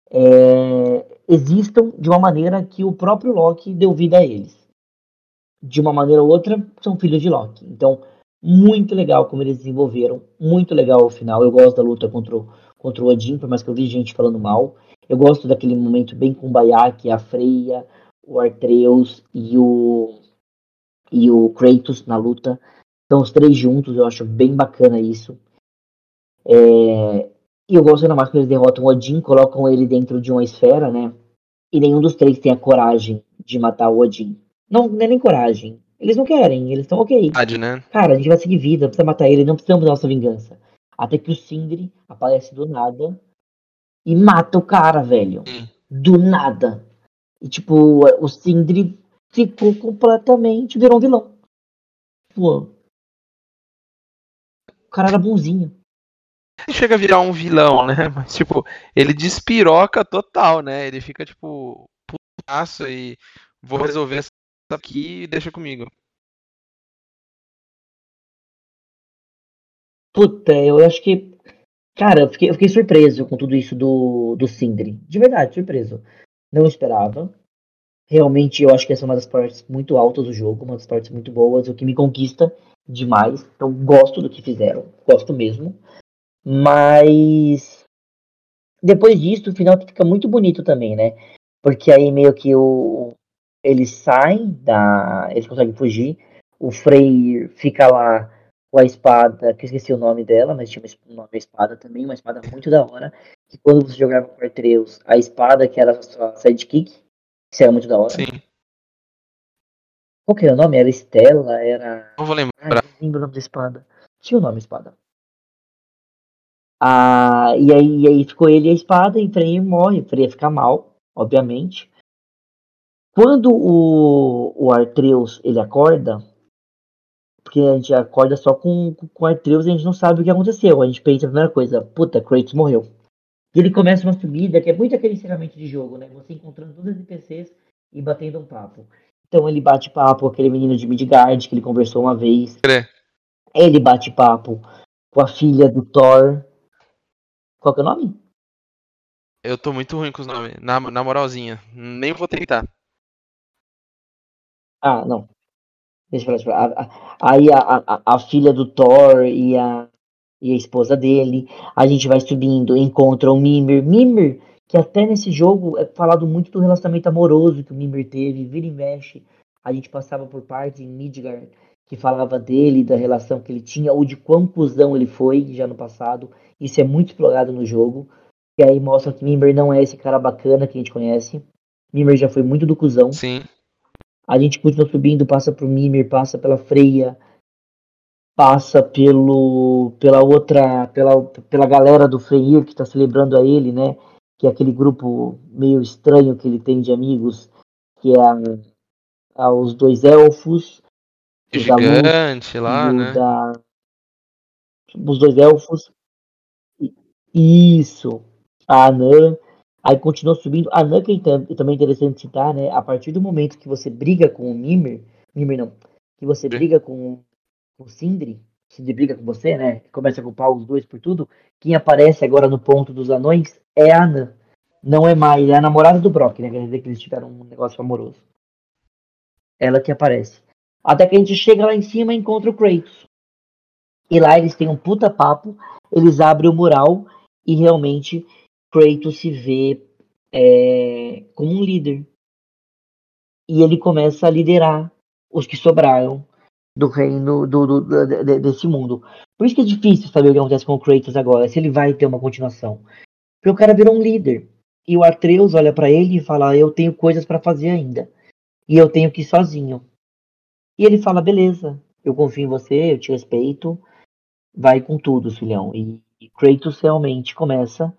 existam de uma maneira que o próprio Loki deu vida a eles. De uma maneira ou outra, são filhos de Loki. Então, muito legal como eles desenvolveram. Muito legal o final. Eu gosto da luta contra o Odin, por mais que eu vi gente falando mal. Eu gosto daquele momento bem kumbaya, que é a Freya, o Atreus e o Kratos na luta. Então, os três juntos, eu acho bem bacana isso. E eu gosto ainda mais quando eles derrotam o Odin, colocam ele dentro de uma esfera, né? E nenhum dos três tem a coragem de matar o Odin. Não é nem coragem. Eles não querem, eles estão ok. Verdade, né? Cara, a gente vai seguir vida, precisa matar ele, não precisamos da nossa vingança. Até que o Sindri aparece do nada e mata o cara, velho. Sim. Do nada. E tipo, o Sindri ficou completamente, virou um vilão. Pô, o cara era bonzinho. Ele chega a virar um vilão, né? Mas, tipo, ele despiroca total, né? Ele fica, tipo, putaço e vou resolver essa aqui e deixa comigo. Puta, eu acho que. Cara, eu fiquei surpreso com tudo isso do Sindri. De verdade, surpreso. Não esperava. Realmente, eu acho que essa é uma das partes muito altas do jogo, uma das partes muito boas, o que me conquista demais. Então, gosto do que fizeram, gosto mesmo. Mas depois disso, o final fica muito bonito também, né? Porque aí meio que eles saem eles conseguem fugir. O Freyr fica lá com a espada, que eu esqueci o nome dela, mas tinha um nome da espada também, uma espada muito da hora. Que quando você jogava com Artreus, a espada que era a sua sidekick, isso era muito da hora. Sim. Qual que era o nome? Era Estela? Era. Não vou Ai, lembrar. não lembro o nome da espada. Tinha o nome espada. E aí ficou ele e a espada, e Freyr morre. Freyr fica mal, obviamente. Quando o Artreus ele acorda, porque a gente acorda só com o Artreus e a gente não sabe o que aconteceu. A gente pensa a primeira coisa, puta, Kratos morreu. E ele começa uma subida, que é muito aquele encerramento de jogo, né? Você encontrando todos os NPCs e batendo um papo. Então ele bate papo com aquele menino de Midgard, que ele conversou uma vez. Ele bate papo com a filha do Thor. Qual que é o nome? Eu tô muito ruim com os nomes. Na moralzinha. Nem vou tentar. Ah, não. Deixa eu falar. Aí a filha do Thor e a esposa dele. A gente vai subindo, encontra o Mimir. Mimir, que até nesse jogo é falado muito do relacionamento amoroso que o Mimir teve. Vira e mexe. A gente passava por partes em Midgard que falava dele, da relação que ele tinha, ou de quão cuzão ele foi já no passado. Isso é muito explorado no jogo. E aí mostra que Mimir não é esse cara bacana que a gente conhece. Mimir já foi muito do cuzão. Sim. A gente continua subindo, passa pro Mimir, passa pela Freya, passa pela galera do Freyr que tá celebrando a ele, né? Que é aquele grupo meio estranho que ele tem de amigos, que é os dois elfos, O o da luz gigante e lá, né? os dois elfos. Isso, a Anã. Aí continua subindo. A Anã, que também é interessante citar, né? A partir do momento que você briga com o Mimir não, que você briga com o Sindri briga com você, né? Começa a culpar os dois por tudo. Quem aparece agora no ponto dos anões é a Anã. Não é mais, é a namorada do Brock, né? Quer dizer que eles tiveram um negócio amoroso. Ela que aparece. Até que a gente chega lá em cima e encontra o Kratos. E lá eles têm um puta papo. Eles abrem o mural e realmente Kratos se vê como um líder. E ele começa a liderar os que sobraram do reino desse mundo. Por isso que é difícil saber o que acontece com o Kratos agora, se ele vai ter uma continuação. Porque o cara virou um líder. E o Atreus olha pra ele e fala: eu tenho coisas pra fazer ainda. E eu tenho que ir sozinho. E ele fala: beleza, eu confio em você, eu te respeito. Vai com tudo, filhão. E Kratos realmente começa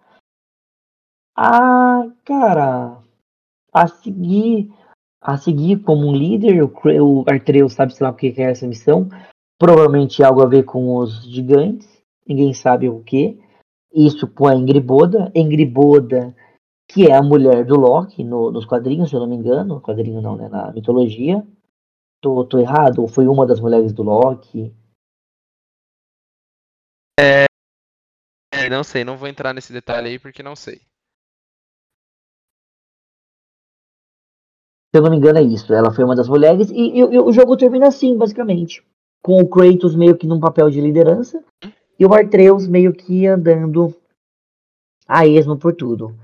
cara, a seguir, a seguir como um líder. O Atreus sabe, sei lá, o que é essa missão. Provavelmente algo a ver com os gigantes. Ninguém sabe o que. Isso com a Engriboda. Engriboda, que é a mulher do Loki nos quadrinhos, se eu não me engano. Quadrinho não, né? Na mitologia. Tô errado? Ou foi uma das mulheres do Loki? Não sei, não vou entrar nesse detalhe aí porque não sei. Se eu não me engano é isso. Ela foi uma das mulheres. E o jogo termina assim, basicamente. Com o Kratos meio que num papel de liderança. E o Atreus meio que andando a esmo por tudo.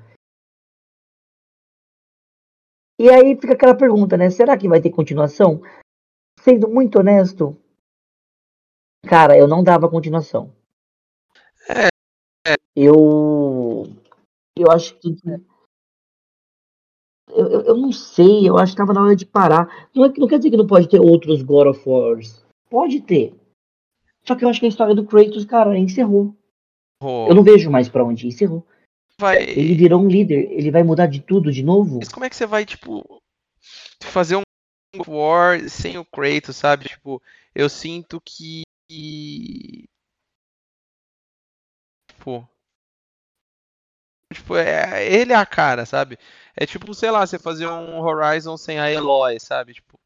E aí fica aquela pergunta, né? Será que vai ter continuação? Sendo muito honesto, cara, eu não dava continuação. É, Eu acho que. Eu não sei, eu acho que tava na hora de parar. Não quer dizer que não pode ter outros God of Wars. Pode ter. Só que eu acho que a história do Kratos, cara, encerrou. Eu não vejo mais pra onde ir. Encerrou. Ele vai. virou um líder. Ele vai mudar de tudo de novo? Mas como é que você vai, tipo, fazer um God of War sem o Kratos, sabe? Tipo, eu sinto que. Tipo, ele é a cara, sabe? É tipo, sei lá, você fazer um Horizon sem a Eloy, sabe? Tipo,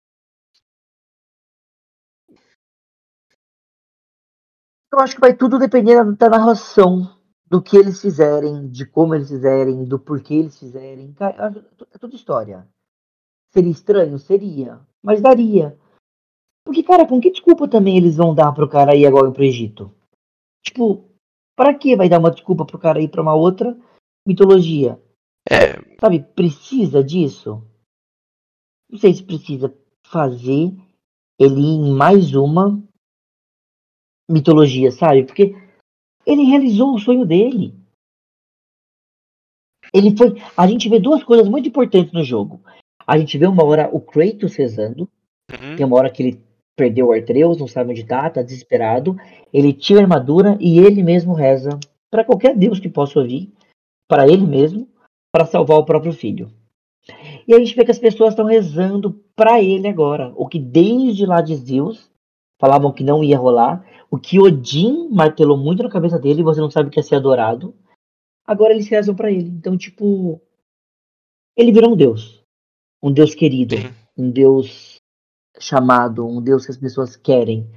Eu acho que vai tudo depender da narração, do que eles fizerem, de como eles fizerem, do porquê eles fizerem. Cara, é tudo história. Seria estranho? Seria. Mas daria. Porque, cara, com que desculpa também eles vão dar pro cara ir agora pro Egito? Tipo, pra que vai dar uma desculpa pro cara ir pra uma outra mitologia? é, Sabe, precisa disso? Não sei se precisa fazer ele ir em mais uma mitologia, sabe? Porque ele realizou o sonho dele. Ele foi. A gente vê duas coisas muito importantes no jogo. A gente vê uma hora o Kratos rezando. uhum. Tem uma hora que ele perdeu o Artreus, não sabe onde tá desesperado. Ele tira a armadura e ele mesmo reza para qualquer deus que possa ouvir, para ele mesmo, para salvar o próprio filho. E a gente vê que as pessoas estão rezando para ele agora. O que desde lá de Zeus falavam que não ia rolar. O que Odin martelou muito na cabeça dele, você não sabe o que é ser adorado. Agora eles rezam para ele. Então, tipo, ele virou um deus. Um deus querido. Sim. Um deus chamado. Um deus que as pessoas querem.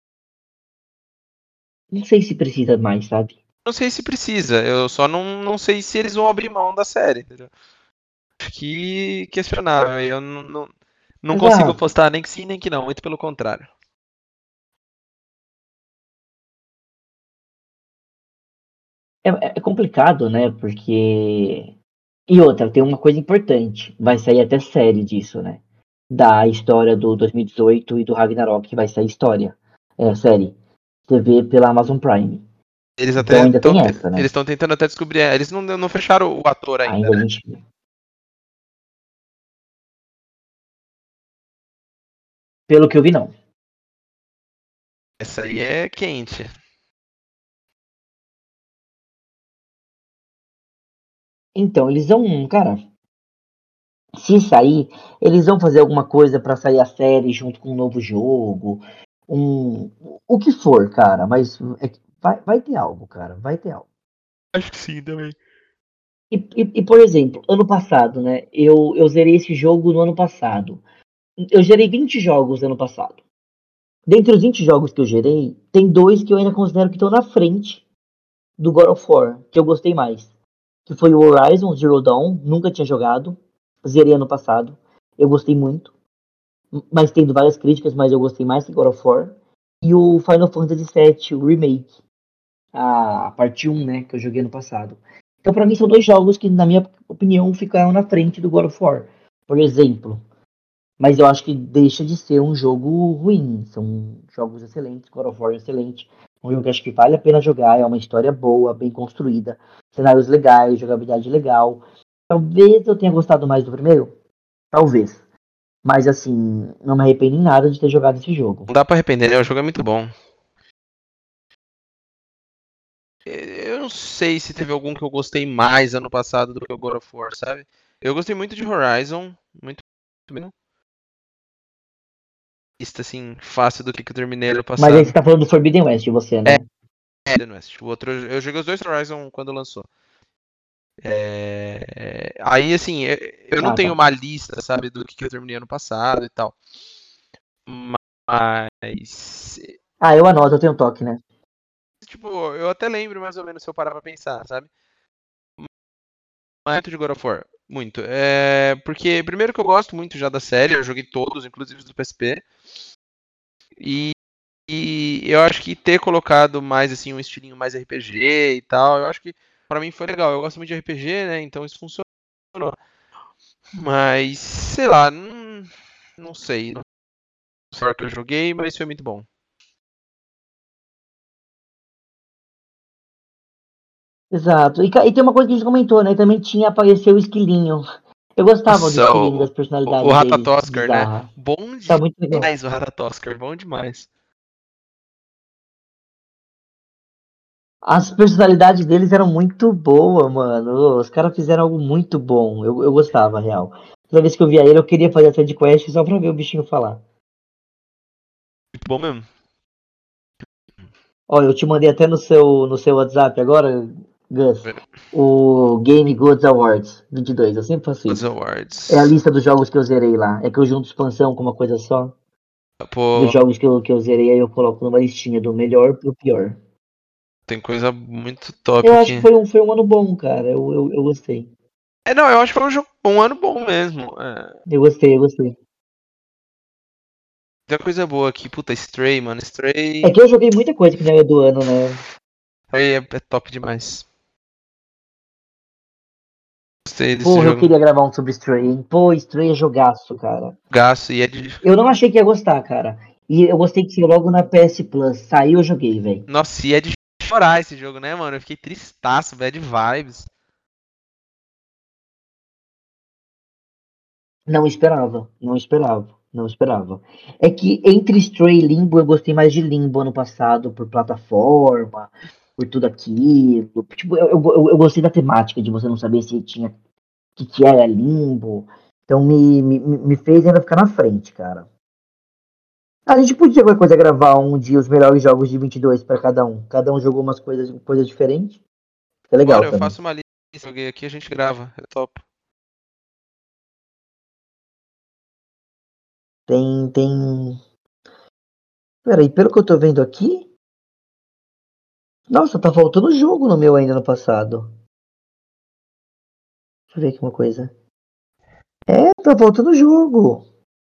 Não sei se precisa mais, sabe? Não sei se precisa, eu só não sei se eles vão abrir mão da série, entendeu? Acho que questionável, eu não consigo Exato. postar nem que sim nem que não, muito pelo contrário. É complicado, né? Porque. E outra, tem uma coisa importante. Vai sair até série disso, né? Da história do 2018 e do Ragnarok, que vai sair história. É, série. TV pela Amazon Prime. Eles Então até ainda estão tem essa, né? eles estão tentando até descobrir, eles não fecharam o ator ainda, Ainda a né? gente. Pelo que eu vi, não. Essa aí é quente. Então, eles vão. Cara, se sair, eles vão fazer alguma coisa pra sair a série junto com um novo jogo. Um. O que for, cara. Mas vai ter algo, cara. Vai ter algo. Acho que sim também. Por exemplo, ano passado, né? Eu zerei esse jogo no ano passado. Eu zerei 20 jogos ano passado. Dentre os 20 jogos que eu gerei, tem dois que eu ainda considero que estão na frente do God of War, que eu gostei mais. Que foi o Horizon Zero Dawn, nunca tinha jogado. Zerei ano passado. Eu gostei muito. Mas tendo várias críticas, mas eu gostei mais que God of War. E o Final Fantasy VII, o Remake. A parte 1, né, que eu joguei ano passado. Então, pra mim, são dois jogos que, na minha opinião, ficaram na frente do God of War. Por exemplo, Mas eu acho que deixa de ser um jogo ruim. São jogos excelentes, God of War é excelente. Um jogo que acho que vale a pena jogar, é uma história boa, bem construída, cenários legais, jogabilidade legal. Talvez eu tenha gostado mais do primeiro, talvez. Mas assim, não me arrependo em nada de ter jogado esse jogo. Não dá pra arrepender, né? O jogo é muito bom. Eu não sei se teve algum que eu gostei mais ano passado do que o God of War, sabe? Eu gostei muito de Horizon, muito mesmo. Lista assim, fácil do que eu terminei ano Mas aí passado. você tá falando do Forbidden West, você, né? Forbidden West. O outro, eu joguei os dois Horizon quando lançou. Aí, assim, eu não tenho Tá. uma lista, sabe, do que eu terminei ano passado e tal. Mas, Eu anoto, eu tenho toque, né? tipo, eu até lembro mais ou menos se eu parar pra pensar, sabe? Muito de God of War. Muito. Porque, primeiro que eu gosto muito já da série, eu joguei todos, inclusive do PSP. E eu acho que ter colocado mais, assim, um estilinho mais RPG e tal, eu acho que pra mim foi legal. Eu gosto muito de RPG, né? Então isso funcionou. Mas, sei lá, não sei. Não sei o que eu joguei, mas foi muito bom. Exato. E tem uma coisa que a gente comentou, né? Também tinha apareceu o esquilinho. Eu gostava do Nossa, esquilinho, das o personalidades dele, Ratatoskr, né? bizarra. Bom Tá muito legal. demais o Ratatoskr, bom demais. As personalidades deles eram muito boas, mano. Os caras fizeram algo muito bom. Eu gostava, real. Toda vez que eu via ele, eu queria fazer a side quest só pra ver o bichinho falar. Muito bom mesmo. Olha, eu te mandei até no seu WhatsApp agora, Gus, o Game Goods Awards 22. Eu sempre faço Os isso. awards. É a lista dos jogos que eu zerei lá. É que eu junto expansão com uma coisa só. Dos Pô, jogos que eu zerei, aí eu coloco numa listinha do melhor pro pior. tem coisa muito top Eu acho que aqui. foi um ano bom, cara. Eu gostei. Não, eu acho que foi um ano bom mesmo. Eu gostei. Tem coisa boa aqui. Puta, Stray, mano. É Stray, que eu joguei muita coisa que não é do ano, né? Stray é top demais. Gostei desse Porra, eu jogo. queria gravar um sobre Stray, hein? Pô, Stray é jogaço, cara. Gasto e é de. Eu não achei que ia gostar, cara. E eu gostei que logo na PS Plus. Saiu, eu joguei, velho. Nossa, e é de chorar esse jogo, né, mano? Eu fiquei tristaço, bad vibes. Não esperava, não esperava, não esperava. É que entre Stray e Limbo, eu gostei mais de Limbo ano passado, por plataforma, por tudo aquilo. Tipo, eu gostei da temática de você não saber se tinha que era Limbo. Então me fez ainda ficar na frente, cara. A gente podia qualquer coisa gravar um dia os melhores jogos de 22 para cada um. Cada um jogou umas coisas diferentes. É legal Bora, eu também. faço uma lista, joguei aqui, a gente grava. É top. Tem. Peraí, pelo que eu tô vendo aqui. Nossa, tá faltando jogo no meu ainda no passado. Deixa eu ver aqui uma coisa. Tá faltando jogo.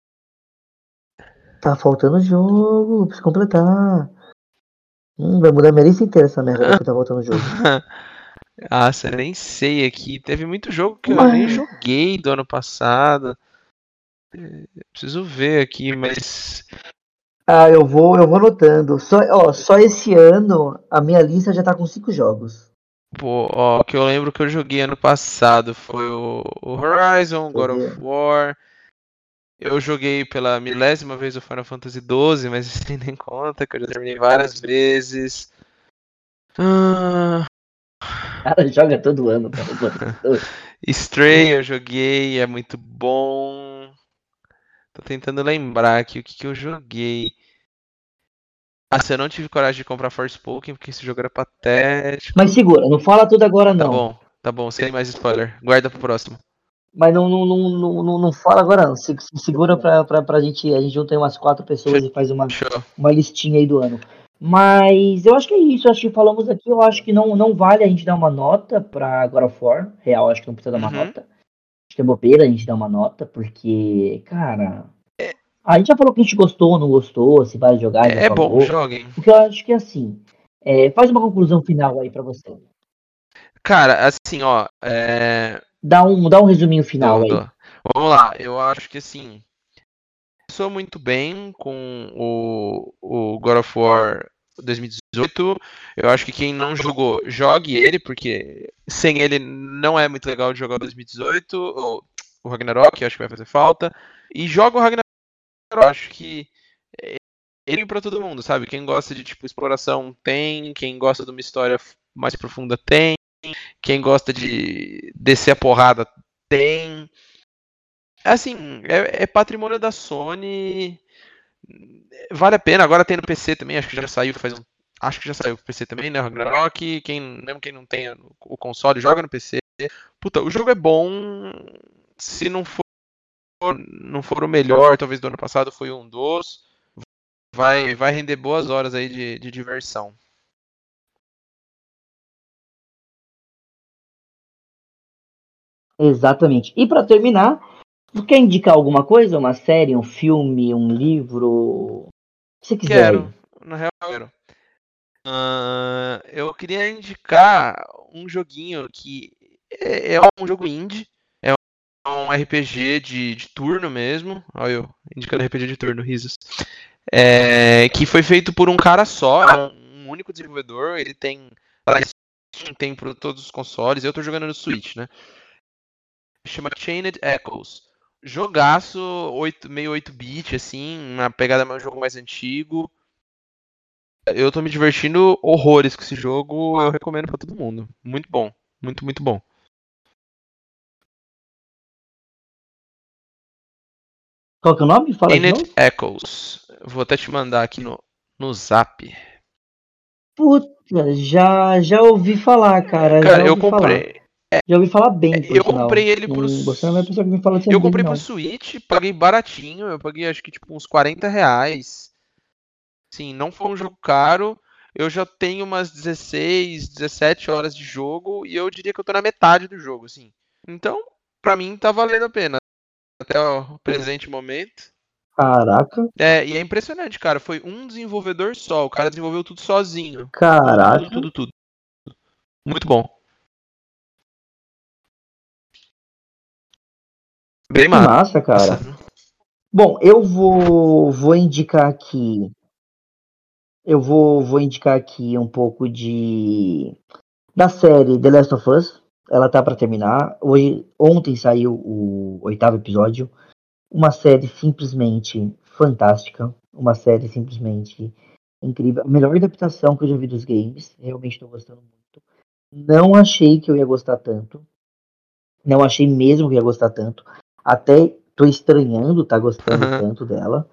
Tá faltando jogo. Preciso completar. Vai mudar minha lista inteira essa merda porque tá faltando jogo. Nossa, eu nem sei aqui. Teve muito jogo que eu nem Mas. joguei do ano passado. Preciso ver aqui, mas. Eu vou anotando. Só esse ano a minha lista já tá com 5 jogos. Pô, ó, o que eu lembro que eu joguei ano passado foi o Horizon, Deixa eu God of ver. War. Eu joguei pela milésima vez o Final Fantasy XII, mas isso nem conta, que eu já terminei várias vezes. Ah, O cara joga todo ano, cara. Stray eu joguei, é muito bom. Tô tentando lembrar aqui o que eu joguei. Se eu não tive coragem de comprar Forspoken, porque esse jogo era Mas patético. segura, não fala tudo agora não. Tá bom, sem mais spoiler. Guarda pro próximo. Mas não fala agora não. Se segura pra gente. A gente junta aí umas 4 pessoas e faz Fechou. uma listinha aí do ano. Mas eu acho que é isso. Acho que falamos aqui. Eu acho que não vale a gente dar uma nota pra God of War. Real, acho que não precisa dar uma Uhum. nota. Acho que é bobeira a gente dar uma nota, porque, cara. É, A gente já falou que a gente gostou ou não gostou, se vai jogar, já é bom, falou. joguem. O que eu acho que é assim. Faz uma conclusão final aí pra você. Cara, assim, ó. Dá um resuminho final aí. Vamos lá, eu acho que assim. começou muito bem com o God of War 2018. Eu acho que quem não jogou, jogue ele, porque sem ele não é muito legal de jogar o 2018, ou o Ragnarok, eu acho que vai fazer falta. E joga o Ragnarok, eu acho que ele é pra todo mundo, sabe? Quem gosta de tipo exploração tem, quem gosta de uma história mais profunda tem, quem gosta de descer a porrada tem. Assim, é patrimônio da Sony. Vale a pena. Agora tem no PC também. Acho que já saiu Acho que já saiu pro PC também, né? Ragnarok. Mesmo quem não tem o console, joga no PC. Puta, o jogo é bom. Se não for o melhor, talvez do ano passado, foi um dos. Vai render boas horas aí de diversão. Exatamente. E pra terminar, tu quer indicar alguma coisa? Uma série, um filme, um livro? O que você quiser aí. Quero. Na real, quero. Eu queria indicar um joguinho que é um jogo indie, é um RPG de turno mesmo. Olha eu indicando RPG de turno, risos. Que foi feito por um cara só, é um único desenvolvedor. Ele tem para todos os consoles. Eu tô jogando no Switch, né? Chama Chained Echoes. Jogaço, meio 8-bit, assim, uma pegada mais um jogo mais antigo. Eu tô me divertindo horrores com esse jogo, eu recomendo pra todo mundo. Muito bom, muito, muito bom. Qual que é o nome? Fala de novo. Chained Echoes. Vou até te mandar aqui no Zap. Puta, já ouvi falar, cara. Cara, Já ouvi falar. Já ouvi falar bem, por eu comprei sinal. ele pro. Você não é a pessoa que me fala Eu dele, comprei pro não. Switch, paguei baratinho, eu paguei acho que tipo uns R$ 40. Sim, não foi um jogo caro. Eu já tenho umas 16, 17 horas de jogo e eu diria que eu tô na metade do jogo, assim. Então, pra mim tá valendo a pena até o presente momento. Caraca, E é impressionante, cara. Foi um desenvolvedor só. O cara desenvolveu tudo sozinho. Tudo, tudo, caraca. tudo, tudo. Muito bom. Bem Que massa, massa. cara. Bom, eu vou indicar aqui. Vou indicar aqui um pouco da série The Last of Us. Ela tá pra terminar. Ontem saiu o 8º episódio. Uma série simplesmente fantástica. Uma série simplesmente incrível. A melhor adaptação que eu já vi dos games. Realmente estou gostando muito. Não achei que eu ia gostar tanto. Não achei mesmo que ia gostar tanto. Até tô estranhando tá gostando tanto dela.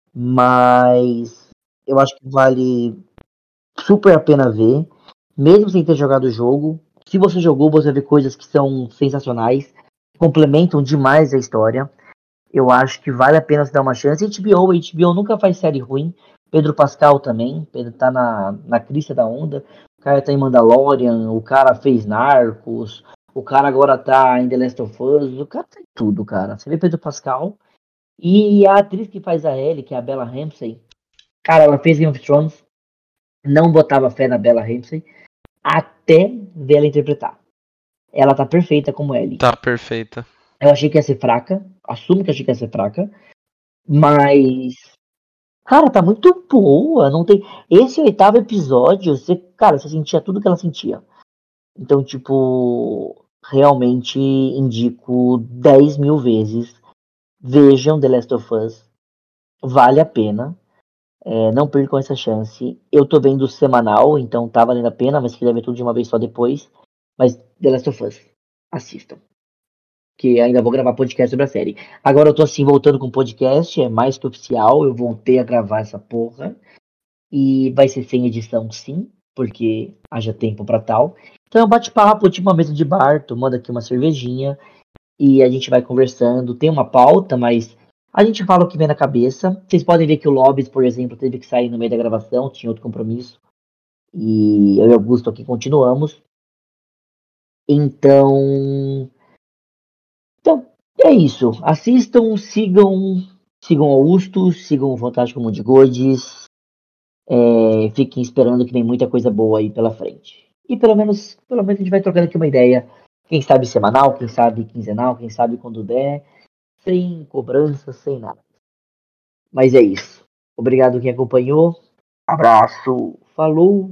Mas eu acho que vale super a pena ver. Mesmo sem ter jogado o jogo. Se você jogou, você vê coisas que são sensacionais. Complementam demais a história. Eu acho que vale a pena se dar uma chance. HBO nunca faz série ruim. Pedro Pascal também. Pedro tá na crista da onda. O cara tá em Mandalorian. O cara fez Narcos. O cara agora tá em The Last of Us. O cara tá em tudo, cara. Você vê Pedro Pascal. E a atriz que faz a Ellie, que é a Bella Ramsey. Cara, ela fez Game of Thrones. Não botava fé na Bella Ramsey. Até ver ela interpretar. Ela tá perfeita como Ellie. Tá perfeita. Eu achei que ia ser fraca. Assumo que achei que ia ser fraca. Mas, cara, tá muito boa. Não tem. Esse 8º episódio, você sentia tudo que ela sentia. Então, tipo, realmente indico 10 mil vezes. Vejam The Last of Us. Vale a pena. Não percam essa chance. Eu tô vendo semanal, então tá valendo a pena, mas se quiser ver tudo de uma vez só depois. Mas The Last of Us. Assistam. Que ainda vou gravar podcast sobre a série. Agora eu tô assim, voltando com podcast, é mais que oficial, eu voltei a gravar essa porra. E vai ser sem edição sim, porque haja tempo pra tal. Então é um bate-papo, tipo uma mesa de bar, tomando aqui uma cervejinha, e a gente vai conversando. Tem uma pauta, mas a gente fala o que vem na cabeça. Vocês podem ver que o Lobbies, por exemplo, teve que sair no meio da gravação, tinha outro compromisso. E eu e Augusto aqui continuamos. Então, é isso. Assistam, sigam Augusto, sigam o Fantástico Mundo de Godes. Fiquem esperando que vem muita coisa boa aí pela frente. E pelo menos a gente vai trocando aqui uma ideia. Quem sabe semanal, quem sabe quinzenal, quem sabe quando der. Sem cobrança, sem nada. Mas é isso. Obrigado quem acompanhou. Abraço. Falou.